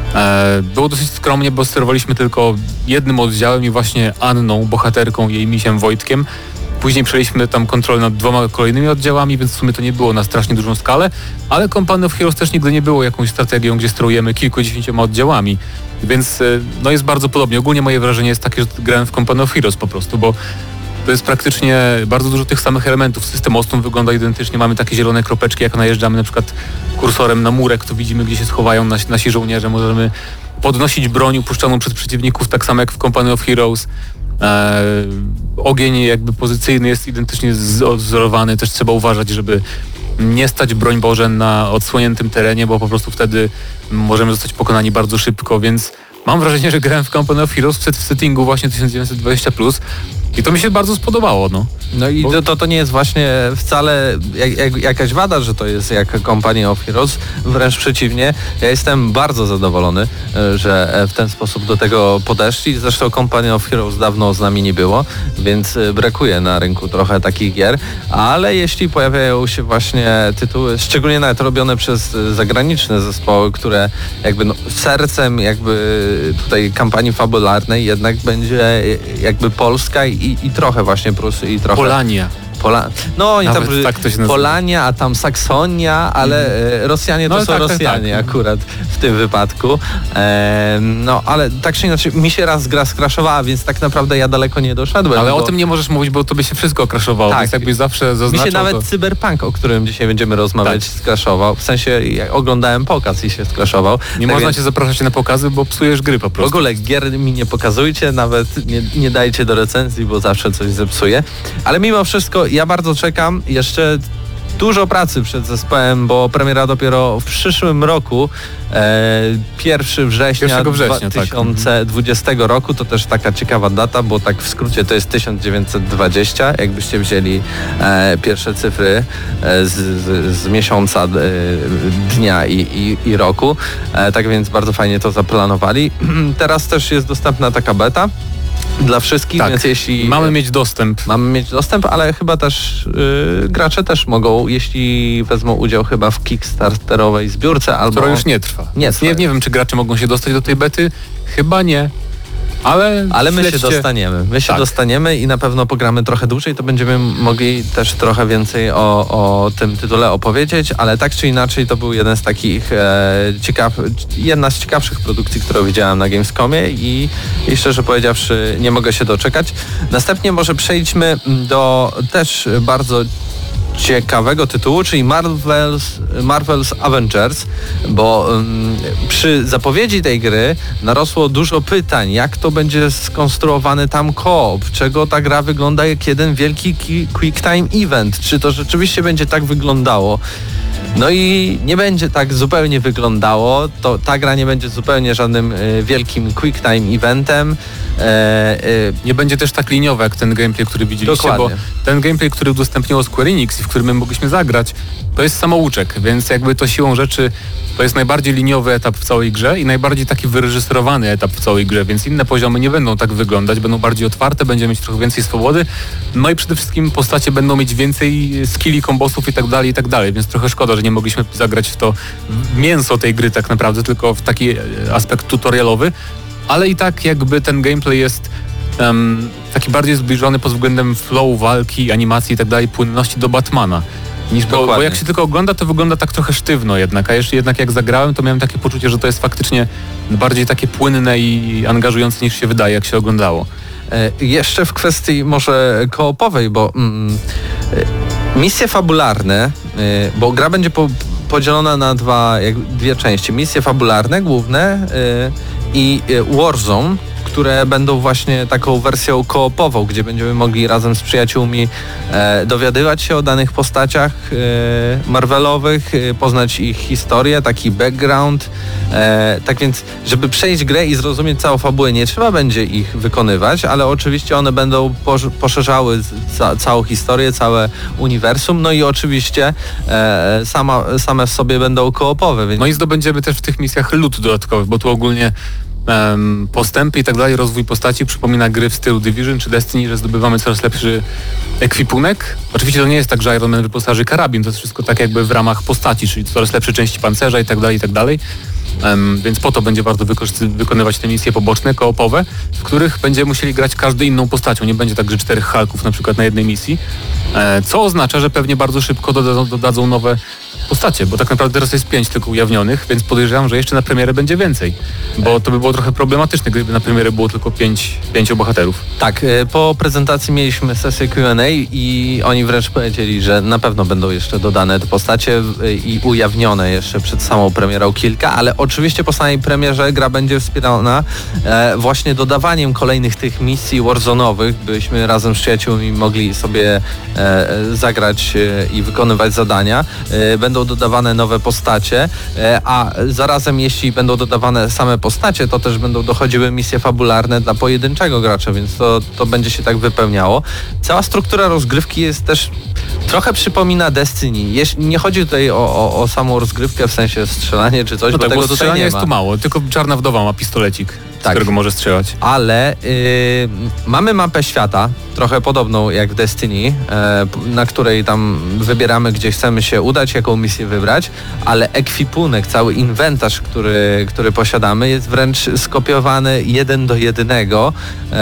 e, było dosyć skromnie, bo sterowaliśmy tylko jednym oddziałem i właśnie Anną, bohaterką, jej misiem Wojtkiem. Później przejęliśmy tam kontrolę nad dwoma kolejnymi oddziałami, więc w sumie to nie było na strasznie dużą skalę, ale Company of Heroes też nigdy nie było jakąś strategią, gdzie sterujemy kilkudziesięcioma oddziałami, więc no jest bardzo podobnie. Ogólnie moje wrażenie jest takie, że grałem w Company of Heroes po prostu, bo to jest praktycznie bardzo dużo tych samych elementów. System ostron wygląda identycznie, mamy takie zielone kropeczki, jak najeżdżamy na przykład kursorem na murek, to widzimy, gdzie się schowają nasi, nasi żołnierze, możemy podnosić broń upuszczaną przez przeciwników, tak samo jak w Company of Heroes. E, ogień jakby pozycyjny jest identycznie odzorowany, też trzeba uważać, żeby nie stać, broń Boże, na odsłoniętym terenie, bo po prostu wtedy możemy zostać pokonani bardzo szybko, więc mam wrażenie, że grałem w Company of Heroes w settingu właśnie tysiąc dziewięćset dwadzieścia plus. I to mi się bardzo spodobało, no. No i Bo- to, to, to nie jest właśnie wcale jak, jak, jakaś wada, że to jest jak Company of Heroes, wręcz przeciwnie. Ja jestem bardzo zadowolony, e, że e, w ten sposób do tego podeszli. Zresztą Company of Heroes dawno z nami nie było, więc e, brakuje na rynku trochę takich gier, ale jeśli pojawiają się właśnie tytuły, szczególnie nawet robione przez e, zagraniczne zespoły, które jakby no, sercem jakby tutaj kampanii fabularnej jednak będzie e, jakby Polska i, i trochę właśnie Prusy i trochę Polania. Pola... No i tam Nawet tak to się nazywa. Polania, a tam Saksonia, ale e, Rosjanie to No, są tak, tak, Rosjanie tak. akurat w tym wypadku. E, no ale tak czy inaczej, mi się raz gra skraszowała, więc tak naprawdę ja daleko nie doszedłem. Ale bo o tym nie możesz mówić, bo to by się wszystko okraszowało, Tak. więc jakbyś zawsze mi zaznaczał się nawet to... Cyberpunk, o którym dzisiaj będziemy rozmawiać, Tak. skraszował. W sensie ja oglądałem pokaz i się skraszował. Nie Tak można więc- cię zapraszać na pokazy, bo psujesz gry po W prostu. ogóle gier mi nie pokazujcie, nawet nie, nie dajcie do recenzji, bo zawsze coś zepsuje. Ale mimo wszystko ja bardzo czekam. Jeszcze dużo pracy przed zespołem, bo premiera dopiero w przyszłym roku, e, pierwszego września, pierwszego września dwa tysiące dwudziestego roku. To też taka ciekawa data, bo tak w skrócie to jest tysiąc dziewięćset dwadzieścia. Jakbyście wzięli e, pierwsze cyfry e, z, z, z miesiąca, e, dnia i, i, i roku. E, tak więc bardzo fajnie to zaplanowali. Teraz też jest dostępna taka beta dla wszystkich, Tak. więc jeśli... Mamy mieć dostęp. Mamy mieć dostęp, ale chyba też yy, gracze też mogą, jeśli wezmą udział chyba w kickstarterowej zbiórce albo... która już nie trwa. Nie Więc trwa. nie, nie wiem, czy gracze mogą się dostać do tej bety. Chyba nie. Ale, Ale my się śledźcie. dostaniemy. My się Tak. dostaniemy i na pewno pogramy trochę dłużej, to będziemy mogli też trochę więcej o, o tym tytule opowiedzieć, ale tak czy inaczej to był jeden z takich e, ciekaw, jedna z ciekawszych produkcji, którą widziałem na Gamescomie i, i szczerze powiedziawszy nie mogę się doczekać. Następnie może przejdźmy do też bardzo ciekawego tytułu, czyli Marvel's, Marvel's Avengers, bo um, przy zapowiedzi tej gry narosło dużo pytań, jak to będzie skonstruowany tam koop, czego ta gra wygląda jak jeden wielki ki- quick time event, czy to rzeczywiście będzie tak wyglądało. No i nie będzie tak zupełnie wyglądało, to ta gra nie będzie zupełnie żadnym y, wielkim quick time eventem. E, y, Nie będzie też tak liniowe jak ten gameplay, który widzieliście, Dokładnie. bo ten gameplay, który udostępniło Square Enix i w którym my mogliśmy zagrać, to jest samouczek, więc jakby to siłą rzeczy to jest najbardziej liniowy etap w całej grze i najbardziej taki wyreżyserowany etap w całej grze, więc inne poziomy nie będą tak wyglądać, będą bardziej otwarte, będziemy mieć trochę więcej swobody, no i przede wszystkim postacie będą mieć więcej skilli, kombosów i tak dalej, i tak dalej, więc trochę szkoda, że nie mogliśmy zagrać w to mięso tej gry tak naprawdę, tylko w taki aspekt tutorialowy, ale i tak jakby ten gameplay jest um, taki bardziej zbliżony pod względem flow, walki, animacji i tak dalej, płynności do Batmana. Niż bo, bo Dokładnie. jak się tylko ogląda, to wygląda tak trochę sztywno jednak, a jeszcze jednak jak zagrałem, to miałem takie poczucie, że to jest faktycznie bardziej takie płynne i angażujące niż się wydaje, jak się oglądało. E, Jeszcze w kwestii może koopowej, bo mm, e, misje fabularne, e, bo gra będzie po, podzielona na dwa, jak, dwie części. Misje fabularne główne e, i e, Warzone, które będą właśnie taką wersją koopową, gdzie będziemy mogli razem z przyjaciółmi e, dowiadywać się o danych postaciach e, Marvelowych, e, poznać ich historię, taki background. E, tak więc, żeby przejść grę i zrozumieć całą fabułę, nie trzeba będzie ich wykonywać, ale oczywiście one będą poż- poszerzały ca- całą historię, całe uniwersum, no i oczywiście e, sama, same w sobie będą koopowe. Więc No i zdobędziemy też w tych misjach loot dodatkowy, bo tu ogólnie um, postępy i tak dalej, rozwój postaci przypomina gry w stylu Division czy Destiny, że zdobywamy coraz lepszy ekwipunek. Oczywiście to nie jest tak, że Iron Man wyposaży karabin, to jest wszystko tak jakby w ramach postaci, czyli coraz lepsze części pancerza i tak dalej, i tak dalej. Um, więc po to będzie warto wykorzy- wykonywać te misje poboczne, koopowe, w których będziemy musieli grać każdy inną postacią. Nie będzie tak, że czterech Hulków na przykład na jednej misji, e, co oznacza, że pewnie bardzo szybko dodadzą, dodadzą nowe postacie, bo tak naprawdę teraz jest pięć tylko ujawnionych, więc podejrzewam, że jeszcze na premierę będzie więcej, bo to by było trochę problematyczne, gdyby na premierę było tylko pięć, pięciu bohaterów. Tak, e, po prezentacji mieliśmy sesję Q and A i oni wręcz powiedzieli, że na pewno będą jeszcze dodane te postacie e, i ujawnione jeszcze przed samą premierą kilka, ale oczywiście po samej premierze gra będzie wspierana e, właśnie dodawaniem kolejnych tych misji Warzone'owych, byśmy razem z przyjaciółmi mogli sobie e, zagrać e, i wykonywać zadania. E, będą będą dodawane nowe postacie, e, a zarazem jeśli będą dodawane same postacie, to też będą dochodziły misje fabularne dla pojedynczego gracza, więc to, to będzie się tak wypełniało. Cała struktura rozgrywki jest też trochę przypomina Destiny. Jeśli nie chodzi tutaj o, o, o samą rozgrywkę, w sensie strzelanie czy coś, No bo tak, tego bo tutaj strzelania nie jest ma. tu mało, tylko Czarna Wdowa ma pistolecik, z Tak. którego może strzelać. Ale y, mamy mapę świata, trochę podobną jak w Destiny, e, na której tam wybieramy, gdzie chcemy się udać, jaką misję wybrać, ale ekwipunek, cały inwentarz, który, który posiadamy, jest wręcz skopiowany jeden do jednego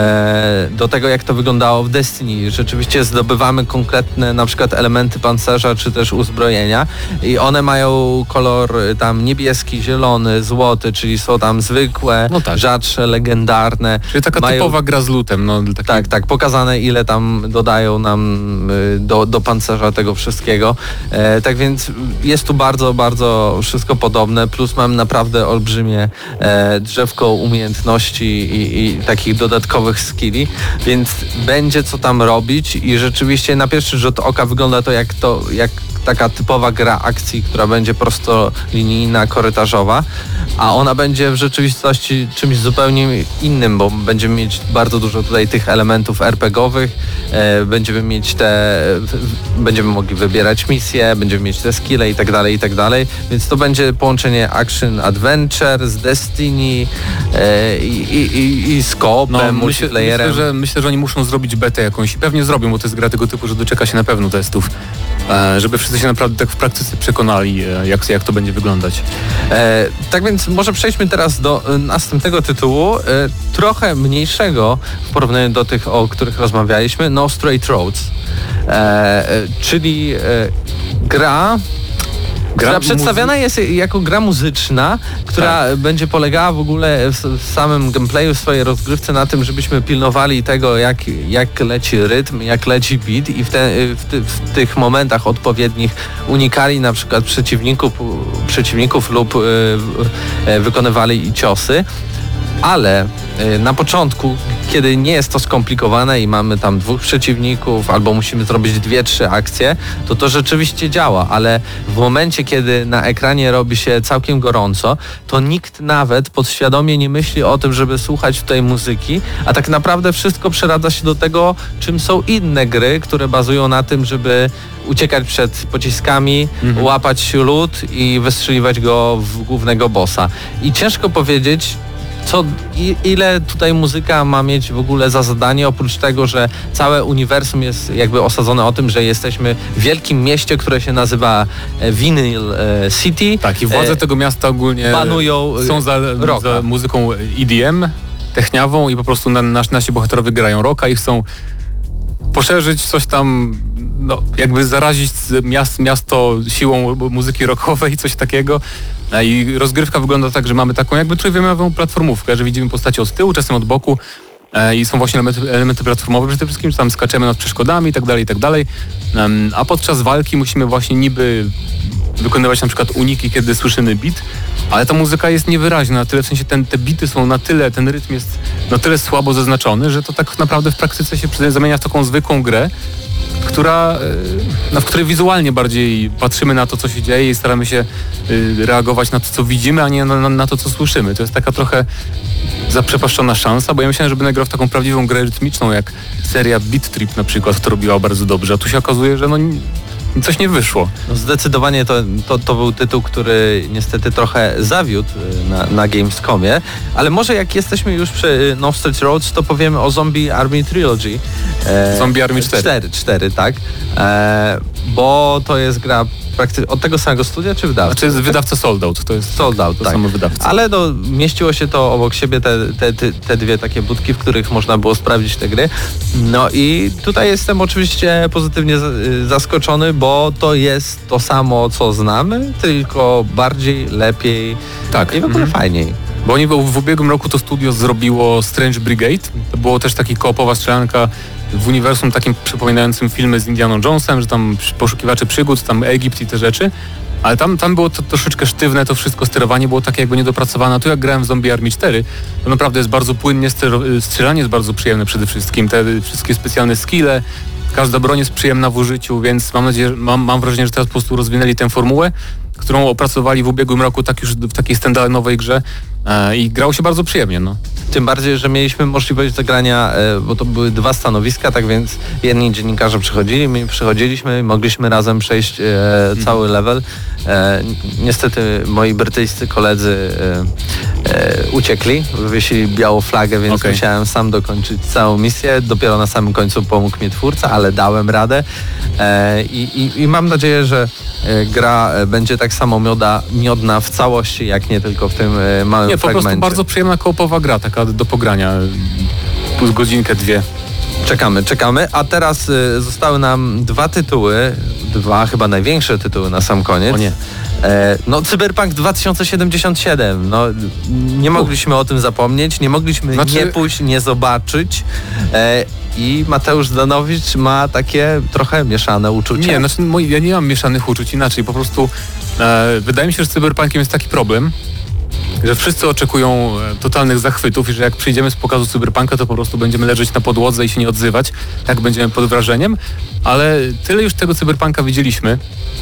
e, do tego, jak to wyglądało w Destiny. Rzeczywiście zdobywamy konkretne na przykład elementy pancerza, czy też uzbrojenia i one mają kolor y, tam niebieski, zielony, złoty, czyli są tam zwykłe, No tak. rzadsze, legendarne. Czyli taka Mają- typowa gra z lutem. No, taki... Tak, tak, pokazane ile tam dodają nam y, do, do pancerza tego wszystkiego. E, tak więc jest tu bardzo, bardzo wszystko podobne, plus mam naprawdę olbrzymie e, drzewko umiejętności i, i takich dodatkowych skilli, więc będzie co tam robić i rzeczywiście na pierwszy rzut oka wygląda to jak to, jak taka typowa gra akcji, która będzie prostolinijna, korytarzowa, a ona będzie w rzeczywistości czymś zupełnie innym, bo będziemy mieć bardzo dużo tutaj tych elementów er pe gie owych, e, będziemy mieć te, w, będziemy mogli wybierać misje, będziemy mieć te skille i tak dalej, i tak dalej, więc to będzie połączenie action adventure z Destiny e, i, i, i, i z co-opem, No, myślę, multiplayerem. myślę, że, myślę, że oni muszą zrobić betę jakąś i pewnie zrobią, bo to jest gra tego typu, że doczeka się na pewno testów, e, żeby wszyscy się naprawdę tak w praktyce przekonali, e, jak, jak to będzie wyglądać. E, tak więc może przejdźmy teraz do e, następnego tytułu, e, trochę mniejszego w porównaniu do tych, o których rozmawialiśmy, No Straight Roads, e, e, czyli e, gra, która Gra przedstawiana jest jako gra muzyczna, która będzie polegała w ogóle w, w samym gameplayu, w swojej rozgrywce na tym, żebyśmy pilnowali tego, jak, jak leci rytm, jak leci beat i w, te, w, ty, w tych momentach odpowiednich unikali na przykład przeciwników, przeciwników lub y, y, wykonywali ciosy. Ale y, na początku, kiedy nie jest to skomplikowane i mamy tam dwóch przeciwników albo musimy zrobić dwie, trzy akcje, to to rzeczywiście działa, ale w momencie, kiedy na ekranie robi się całkiem gorąco, to nikt nawet podświadomie nie myśli o tym, żeby słuchać tutaj muzyki, a tak naprawdę wszystko przeradza się do tego, czym są inne gry, które bazują na tym, żeby uciekać przed pociskami, mhm. łapać lód i wystrzeliwać go w głównego bossa. I ciężko powiedzieć, co, i, ile tutaj muzyka ma mieć w ogóle za zadanie, oprócz tego, że całe uniwersum jest jakby osadzone o tym, że jesteśmy w wielkim mieście, które się nazywa Vinyl City. Tak, i władze e, tego miasta ogólnie banują są za, za muzyką E D M, techniawą i po prostu na, nas, nasi bohaterowie grają rocka i chcą poszerzyć coś tam, no, jakby zarazić miast, miasto siłą muzyki rockowej, coś takiego. I rozgrywka wygląda tak, że mamy taką jakby trójwymiarową platformówkę, że widzimy postacie od tyłu, czasem od boku e, i są właśnie elementy, elementy platformowe przede wszystkim, tam skaczemy nad przeszkodami i tak dalej, i tak dalej. Um, a podczas walki musimy właśnie niby wykonywać na przykład uniki, kiedy słyszymy beat, ale ta muzyka jest niewyraźna, na tyle, w sensie ten, te bity są na tyle, ten rytm jest na tyle słabo zaznaczony, że to tak naprawdę w praktyce się zamienia w taką zwykłą grę, która, no, w której wizualnie bardziej patrzymy na to, co się dzieje i staramy się y, reagować na to, co widzimy, a nie na, na, na to, co słyszymy. To jest taka trochę zaprzepaszczona szansa, bo ja myślałem, że będę grał w taką prawdziwą grę rytmiczną, jak seria Beat Trip na przykład, która robiła bardzo dobrze, a tu się okazuje, że no coś nie wyszło. No zdecydowanie to, to, to był tytuł, który niestety trochę zawiódł na, na Gamescomie, ale może jak jesteśmy już przy No Straight Roads, to powiemy o Zombie Army Trilogy. E, Zombie Army cztery. cztery, cztery, tak. E, bo to jest gra prakty- od tego samego studia, czy wydawcy? Znaczy jest wydawca Sold Out, to jest Sold Out, to tak. samo wydawca. Ale no, mieściło się to obok siebie, te, te, te, te dwie takie budki, w których można było sprawdzić te gry. No i tutaj jestem oczywiście pozytywnie zaskoczony, bo to jest to samo, co znamy, tylko bardziej, lepiej tak. i w ogóle mhm. fajniej. Bo oni w ubiegłym roku to studio zrobiło Strange Brigade. To było też taki koopowa strzelanka w uniwersum takim przypominającym filmy z Indianą Jonesem, że tam poszukiwacze przygód, tam Egipt i te rzeczy. Ale tam, tam było to troszeczkę sztywne, to wszystko sterowanie było takie jakby niedopracowane. Tu jak grałem w Zombie Army cztery, to naprawdę jest bardzo płynnie, strzelanie jest bardzo przyjemne przede wszystkim. Te wszystkie specjalne skille, każda broń jest przyjemna w użyciu, więc mam nadzieję, mam, mam wrażenie, że teraz po prostu rozwinęli tę formułę, którą opracowali w ubiegłym roku tak już w takiej standalone grze e, i grało się bardzo przyjemnie. No. Tym bardziej, że mieliśmy możliwość zagrania, e, bo to były dwa stanowiska, tak więc jedni dziennikarze przychodzili, my przychodziliśmy i mogliśmy razem przejść e, cały level. E, niestety moi brytyjscy koledzy e, e, uciekli, wywiesili białą flagę, więc Okay. musiałem sam dokończyć całą misję. Dopiero na samym końcu pomógł mi twórca, ale dałem radę e, i, i, i mam nadzieję, że e, gra będzie tak samo mioda, miodna w całości, jak nie tylko w tym e, małym Nie, po fragmencie. prostu bardzo przyjemna koopowa gra, taka do pogrania, plus godzinkę, dwie. Czekamy, czekamy, a teraz y, zostały nam dwa tytuły, dwa chyba największe tytuły na sam koniec. O nie. E, no Cyberpunk dwa tysiące siedemdziesiąt siedem, no nie mogliśmy o tym zapomnieć, nie mogliśmy Znaczy- nie pójść, nie zobaczyć e, i Mateusz Zdanowicz ma takie trochę mieszane uczucia. Nie, znaczy moi, ja nie mam mieszanych uczuć, inaczej, po prostu e, wydaje mi się, że z Cyberpunkiem jest taki problem, że wszyscy oczekują e, totalnych zachwytów i że jak przyjdziemy z pokazu Cyberpunka, to po prostu będziemy leżeć na podłodze i się nie odzywać, tak będziemy pod wrażeniem, ale tyle już tego Cyberpunka widzieliśmy,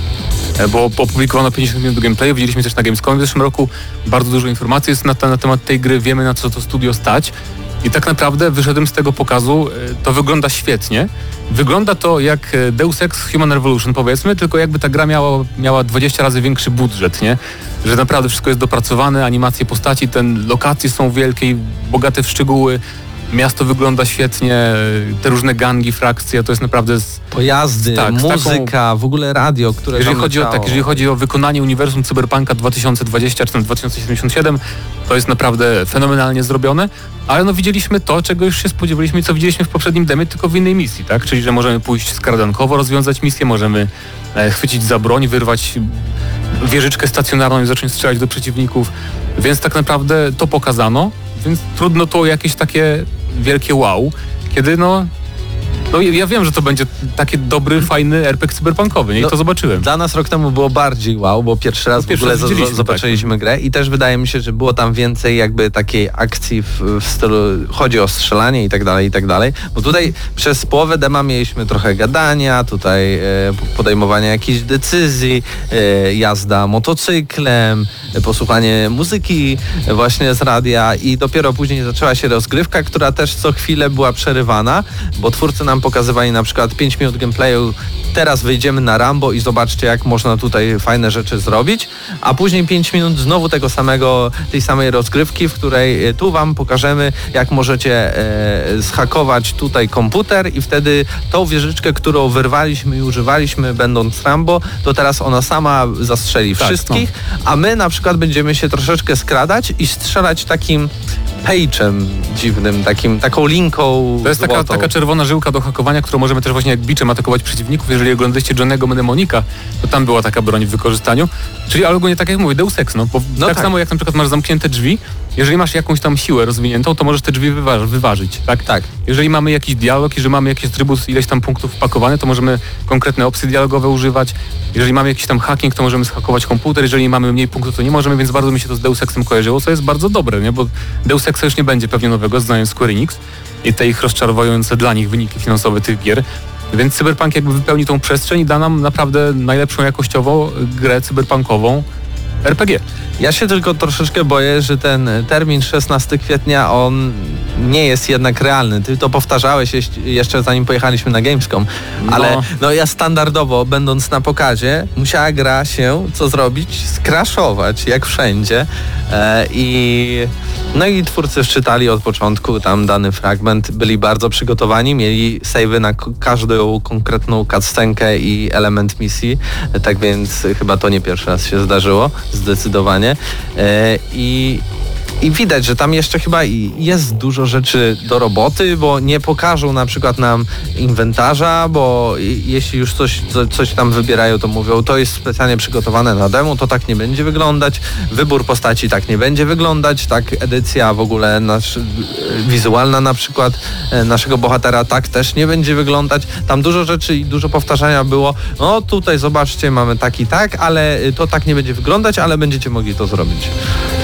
e, bo opublikowano pięćdziesiąt minut gameplayu, widzieliśmy też na Gamescomie w zeszłym roku, bardzo dużo informacji jest na, na temat tej gry, wiemy na co to studio stać i tak naprawdę wyszedłem z tego pokazu, e, to wygląda świetnie. Wygląda to jak e, Deus Ex Human Revolution, powiedzmy, tylko jakby ta gra miała, miała dwadzieścia razy większy budżet, nie? Że naprawdę wszystko jest dopracowane, animacje postaci, ten lokacje są wielkie i bogate w szczegóły, miasto wygląda świetnie, te różne gangi, frakcje, to jest naprawdę... Z, Pojazdy, tak, z muzyka, taką, w ogóle radio, które jeżeli tam chodzi, o, leciało. tak, jeżeli chodzi o wykonanie uniwersum Cyberpunka dwa tysiące dwadzieścia czy tam dwa tysiące siedemdziesiąt siedem, to jest naprawdę fenomenalnie zrobione, ale no widzieliśmy to, czego już się spodziewaliśmy i co widzieliśmy w poprzednim demie, tylko w innej misji, tak? Czyli, że możemy pójść skradankowo, rozwiązać misję, możemy e, chwycić za broń, wyrwać wieżyczkę stacjonarną i zacząć strzelać do przeciwników, więc tak naprawdę to pokazano, więc trudno to jakieś takie wielkie wow, kiedy no No ja wiem, że to będzie taki dobry, fajny er pe gie cyberpunkowy, nie? I No, to zobaczyłem. Dla nas rok temu było bardziej wow, bo pierwszy raz No, pierwszy w ogóle raz widzieliśmy, z- zobaczyliśmy tak. grę i też wydaje mi się, że było tam więcej jakby takiej akcji w, w stylu, chodzi o strzelanie i tak dalej, i tak dalej, bo tutaj przez połowę dema mieliśmy trochę gadania, tutaj e, podejmowania jakichś decyzji, e, jazda motocyklem, e, posłuchanie muzyki e, właśnie z radia i dopiero później zaczęła się rozgrywka, która też co chwilę była przerywana, bo twórcy nam pokazywali na przykład pięć minut gameplayu, teraz wyjdziemy na Rambo i zobaczcie, jak można tutaj fajne rzeczy zrobić, a później pięć minut znowu tego samego, tej samej rozgrywki, w której e, tu wam pokażemy, jak możecie e, zhakować tutaj komputer i wtedy tą wieżyczkę, którą wyrwaliśmy i używaliśmy będąc Rambo, to teraz ona sama zastrzeli Tak, wszystkich, a my na przykład będziemy się troszeczkę skradać i strzelać takim page'em dziwnym, takim, taką linką To jest taka, złotą. taka czerwona żyłka do hakowania, którą możemy też właśnie jak biczem atakować przeciwników. Jeżeli oglądaliście Johnny'ego Mnemonika, to tam była taka broń w wykorzystaniu. Czyli ale ogólnie tak jak mówię, Deus Ex, no, bo No tak, tak. samo jak na przykład masz zamknięte drzwi, jeżeli masz jakąś tam siłę rozwiniętą, to możesz te drzwi wyważ, wyważyć, tak? Tak. Jeżeli mamy jakiś dialog, jeżeli mamy jakiś trybut, ileś tam punktów wpakowany, to możemy konkretne opcje dialogowe używać. Jeżeli mamy jakiś tam hacking, to możemy zhakować komputer. Jeżeli mamy mniej punktów, to nie możemy, więc bardzo mi się to z Deus Exem kojarzyło, co jest bardzo dobre, nie? Bo Deus Exa już nie będzie pewnie nowego, znając Square Enix i te ich rozczarowujące dla nich wyniki finansowe tych gier. Więc Cyberpunk jakby wypełni tą przestrzeń i da nam naprawdę najlepszą jakościowo grę cyberpunkową er pe gie. Ja się tylko troszeczkę boję, że ten termin szesnastego kwietnia, on nie jest jednak realny. Ty to powtarzałeś jeś- jeszcze zanim pojechaliśmy na Gamescom, ale No. no ja standardowo, będąc na pokazie, musiała gra się, co zrobić, skraszować, jak wszędzie. E, I no i twórcy wczytali od początku tam dany fragment, byli bardzo przygotowani, mieli save'y na k- każdą konkretną cutscenkę i element misji, e, tak więc chyba to nie pierwszy raz się zdarzyło, zdecydowanie. E, I i widać, że tam jeszcze chyba i jest dużo rzeczy do roboty, bo nie pokażą na przykład nam inwentarza, bo i- jeśli już coś, co, coś tam wybierają, to mówią, to jest specjalnie przygotowane na demo, to tak nie będzie wyglądać, wybór postaci tak nie będzie wyglądać, tak edycja w ogóle nasz, wizualna na przykład e, naszego bohatera tak też nie będzie wyglądać. Tam dużo rzeczy i dużo powtarzania było, no tutaj zobaczcie, mamy tak i tak, ale to tak nie będzie wyglądać, ale będziecie mogli to zrobić.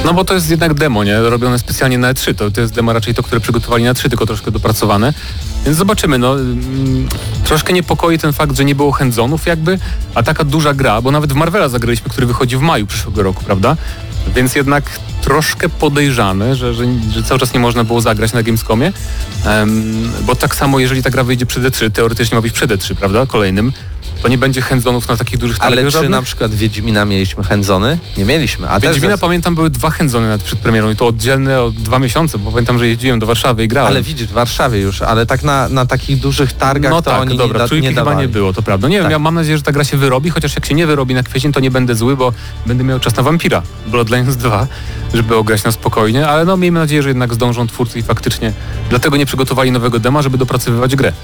No bo to jest jednak demo, nie? Robione specjalnie na E trzy. To, to jest demo raczej to, które przygotowali na E trzy, tylko troszkę dopracowane. Więc zobaczymy, no. Mm, troszkę niepokoi ten fakt, że nie było hands-onów jakby, a taka duża gra, bo nawet w Marvela zagraliśmy, który wychodzi w maju przyszłego roku, prawda? Więc jednak troszkę podejrzane, że, że, że cały czas nie można było zagrać na Gamescomie, um, bo tak samo jeżeli ta gra wyjdzie przed E trzy, teoretycznie ma być przed E trzy, prawda? Kolejnym, to nie będzie hands-onów na takich dużych Ale targach czy żadnych. na przykład Wiedźmina mieliśmy hands-ony? Nie mieliśmy. A Wiedźmina też... pamiętam były dwa hands-ony nawet przed premierą i to oddzielne o dwa miesiące, bo pamiętam, że jeździłem do Warszawy i grałem. Ale widzisz, w Warszawie już, ale tak na, na takich dużych targach no to tak, oni dobra, nie, da, trójki nie chyba dawali. nie było, to prawda. Nie Tak. wiem, ja mam nadzieję, że ta gra się wyrobi, chociaż jak się nie wyrobi na kwiecień, to nie będę zły, bo będę miał czas na Vampira, Bloodlines dwa, żeby ograć na spokojnie, ale no miejmy nadzieję, że jednak zdążą twórcy i faktycznie dlatego nie przygotowali nowego dema, żeby dopracowywać grę.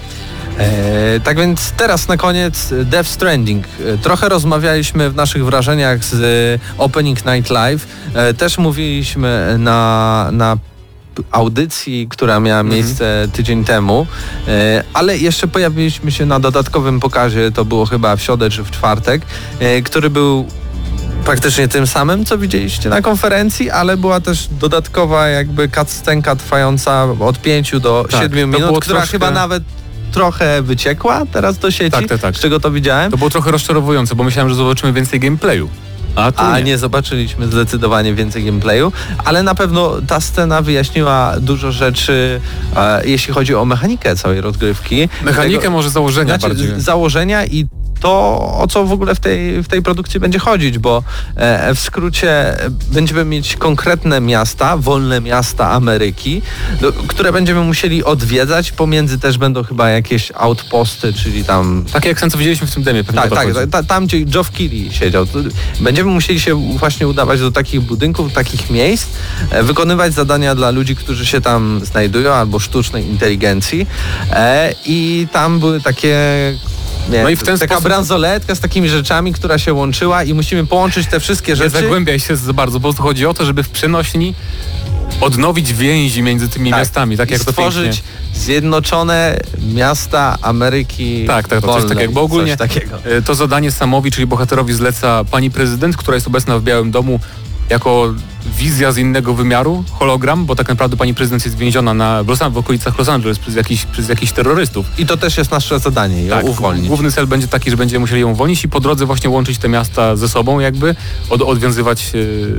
E, tak więc teraz na koniec Death Stranding. E, trochę rozmawialiśmy w naszych wrażeniach z e, Opening Night Live. E, też mówiliśmy na, na audycji, która miała Mhm. miejsce tydzień temu, e, ale jeszcze pojawiliśmy się na dodatkowym pokazie, to było chyba w środę czy w czwartek, e, który był praktycznie tym samym, co widzieliście na konferencji, ale była też dodatkowa jakby cutscenka trwająca od pięciu do Tak, siedmiu to było minut, która troszkę- chyba nawet trochę wyciekła teraz do sieci, Tak, tak, tak. z czego to widziałem. To było trochę rozczarowujące, bo myślałem, że zobaczymy więcej gameplayu. A tu A nie. nie zobaczyliśmy zdecydowanie więcej gameplayu, ale na pewno ta scena wyjaśniła dużo rzeczy, e, jeśli chodzi o mechanikę całej rozgrywki. Mechanikę Tego- może założenia Znaczy, bardziej. z- założenia i to, o co w ogóle w tej, w tej produkcji będzie chodzić, bo e, w skrócie e, będziemy mieć konkretne miasta, wolne miasta Ameryki, do, które będziemy musieli odwiedzać. Pomiędzy też będą chyba jakieś outposty, czyli tam Takie jak ten, co widzieliśmy w tym demie, pewnie tak, o to tak, chodzi. ta, tam gdzie Geoff Keighley siedział. To będziemy musieli się właśnie udawać do takich budynków, takich miejsc, e, wykonywać zadania dla ludzi, którzy się tam znajdują, albo sztucznej inteligencji. E, I tam były takie... Nie, No i w ten taka sposób- bransoletka z takimi rzeczami, która się łączyła i musimy połączyć te wszystkie Nie rzeczy. zagłębiaj się za bardzo, bo chodzi o to, żeby w przenośni odnowić więzi między tymi miastami, tak i jak to stworzyć pięknie. zjednoczone miasta Ameryki Tak, tak, to coś wolnej, takiego, bo ogólnie coś takiego. e, to zadanie Samowi, czyli bohaterowi zleca pani prezydent, która jest obecna w Białym Domu jako wizja z innego wymiaru, hologram, bo tak naprawdę pani prezydent jest więziona na, w, Los, w okolicach Los Angeles przez jakichś przez jakichś terrorystów. I to też jest nasze zadanie, ją Tak, uwolnić. główny cel będzie taki, że będziemy musieli ją uwolnić i po drodze właśnie łączyć te miasta ze sobą jakby, od, odwiązywać,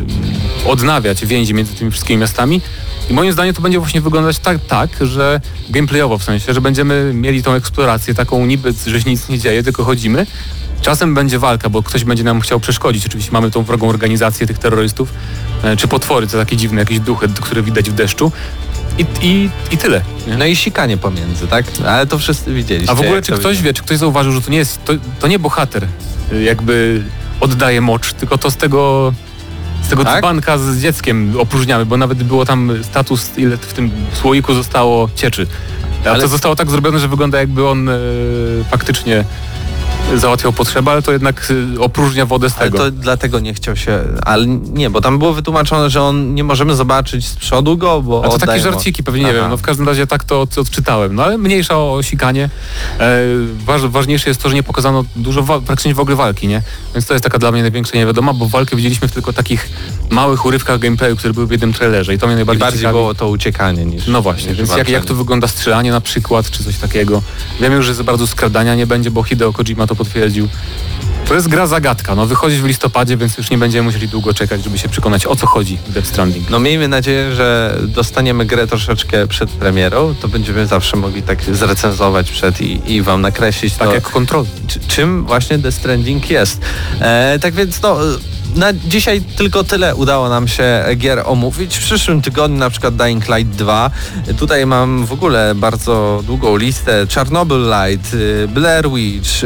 e, odnawiać więzi między tymi wszystkimi miastami. I moim zdaniem to będzie właśnie wyglądać tak, tak, że gameplayowo w sensie, że będziemy mieli tą eksplorację taką niby, że się nic nie dzieje, tylko chodzimy. Czasem będzie walka, bo ktoś będzie nam chciał przeszkodzić. Oczywiście mamy tą wrogą organizację tych terrorystów, e, czy potwory, to takie dziwne, jakieś duchy, które widać w deszczu. I, i, i tyle. Nie? No i sikanie pomiędzy, tak? Ale to wszyscy widzieliście. A w ogóle jak czy to ktoś wygląda. wie, czy ktoś zauważył, że to nie jest, to, to nie bohater y, jakby oddaje mocz, tylko to z tego z tego Tak? dzbanka z dzieckiem opróżniamy, bo nawet było tam status, ile w tym słoiku zostało cieczy. A Ale- to zostało tak zrobione, że wygląda jakby on y, faktycznie załatwiał potrzebę, ale to jednak y, opróżnia wodę z Ale tego. to dlatego nie chciał się... Ale nie, bo tam było wytłumaczone, że on nie możemy zobaczyć z przodu go, bo A to takie oddaje moc. żarciki, pewnie nie Aha. wiem, no w każdym razie tak to to odczytałem, no ale mniejsza o sikanie. E, waż, ważniejsze jest to, że nie pokazano dużo, wa- praktycznie w ogóle walki, nie? Więc to jest taka dla mnie największa niewiadoma, bo walkę widzieliśmy w tylko takich małych urywkach gameplayu, które były w jednym trailerze i to mnie I najbardziej bardziej ciekawi. było to uciekanie niż... No właśnie, niż więc jak, jak walczenie. to wygląda strzelanie na przykład, czy coś takiego. Wiem już, że za bardzo skradania nie będzie, bo Hideo Kojima to potwierdził. To jest gra zagadka, no wychodzi w listopadzie, więc już nie będziemy musieli długo czekać, żeby się przekonać, o co chodzi w Death Stranding. No miejmy nadzieję, że dostaniemy grę troszeczkę przed premierą, to będziemy zawsze mogli tak zrecenzować przed i, i wam nakreślić Tak to, jak Control. czy- czym właśnie Death Stranding jest. E, tak więc no... Na dzisiaj tylko tyle udało nam się gier omówić. W przyszłym tygodniu na przykład Dying Light dwa. Tutaj mam w ogóle bardzo długą listę. Chernobyl Light, y, Blair Witch, y,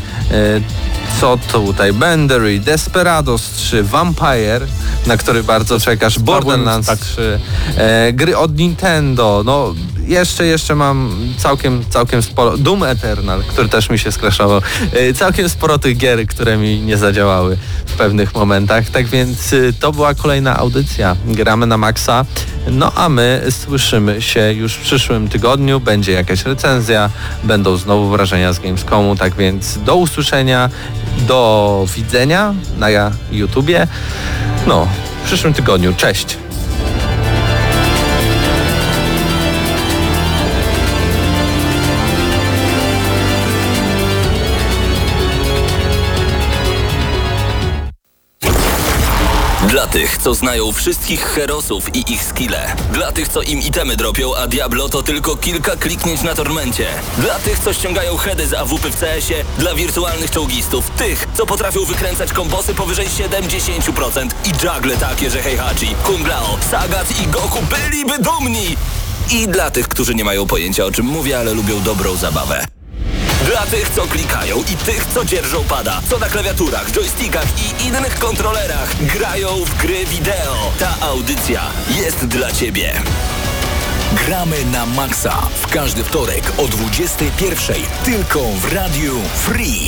y, co tutaj, Bendery, Desperados trzy, Vampire, na który bardzo czekasz, Borderlands tak. trzy, e, gry od Nintendo, no jeszcze, jeszcze mam całkiem, całkiem sporo, Doom Eternal, który też mi się skraszował, e, całkiem sporo tych gier, które mi nie zadziałały w pewnych momentach, tak więc y, to była kolejna audycja, gramy na maksa, no a my słyszymy się już w przyszłym tygodniu, będzie jakaś recenzja, będą znowu wrażenia z Gamescomu, tak więc do usłyszenia, do widzenia na YouTubie, no w przyszłym tygodniu. Cześć! Dla tych, co znają wszystkich herosów i ich skille. Dla tych, co im itemy dropią, a Diablo to tylko kilka kliknięć na tormencie. Dla tych, co ściągają heady z A W P w C S-ie. Dla wirtualnych czołgistów. Tych, co potrafią wykręcać kombosy powyżej siedemdziesiąt procent. I juggle takie, że Heihachi, Kung Lao, Sagat i Goku byliby dumni. I dla tych, którzy nie mają pojęcia, o czym mówię, ale lubią dobrą zabawę. Dla tych, co klikają i tych, co dzierżą pada, co na klawiaturach, joystickach i innych kontrolerach grają w gry wideo. Ta audycja jest dla Ciebie. Gramy na maksa w każdy wtorek o dwudziestej pierwszej tylko w Radiu Free.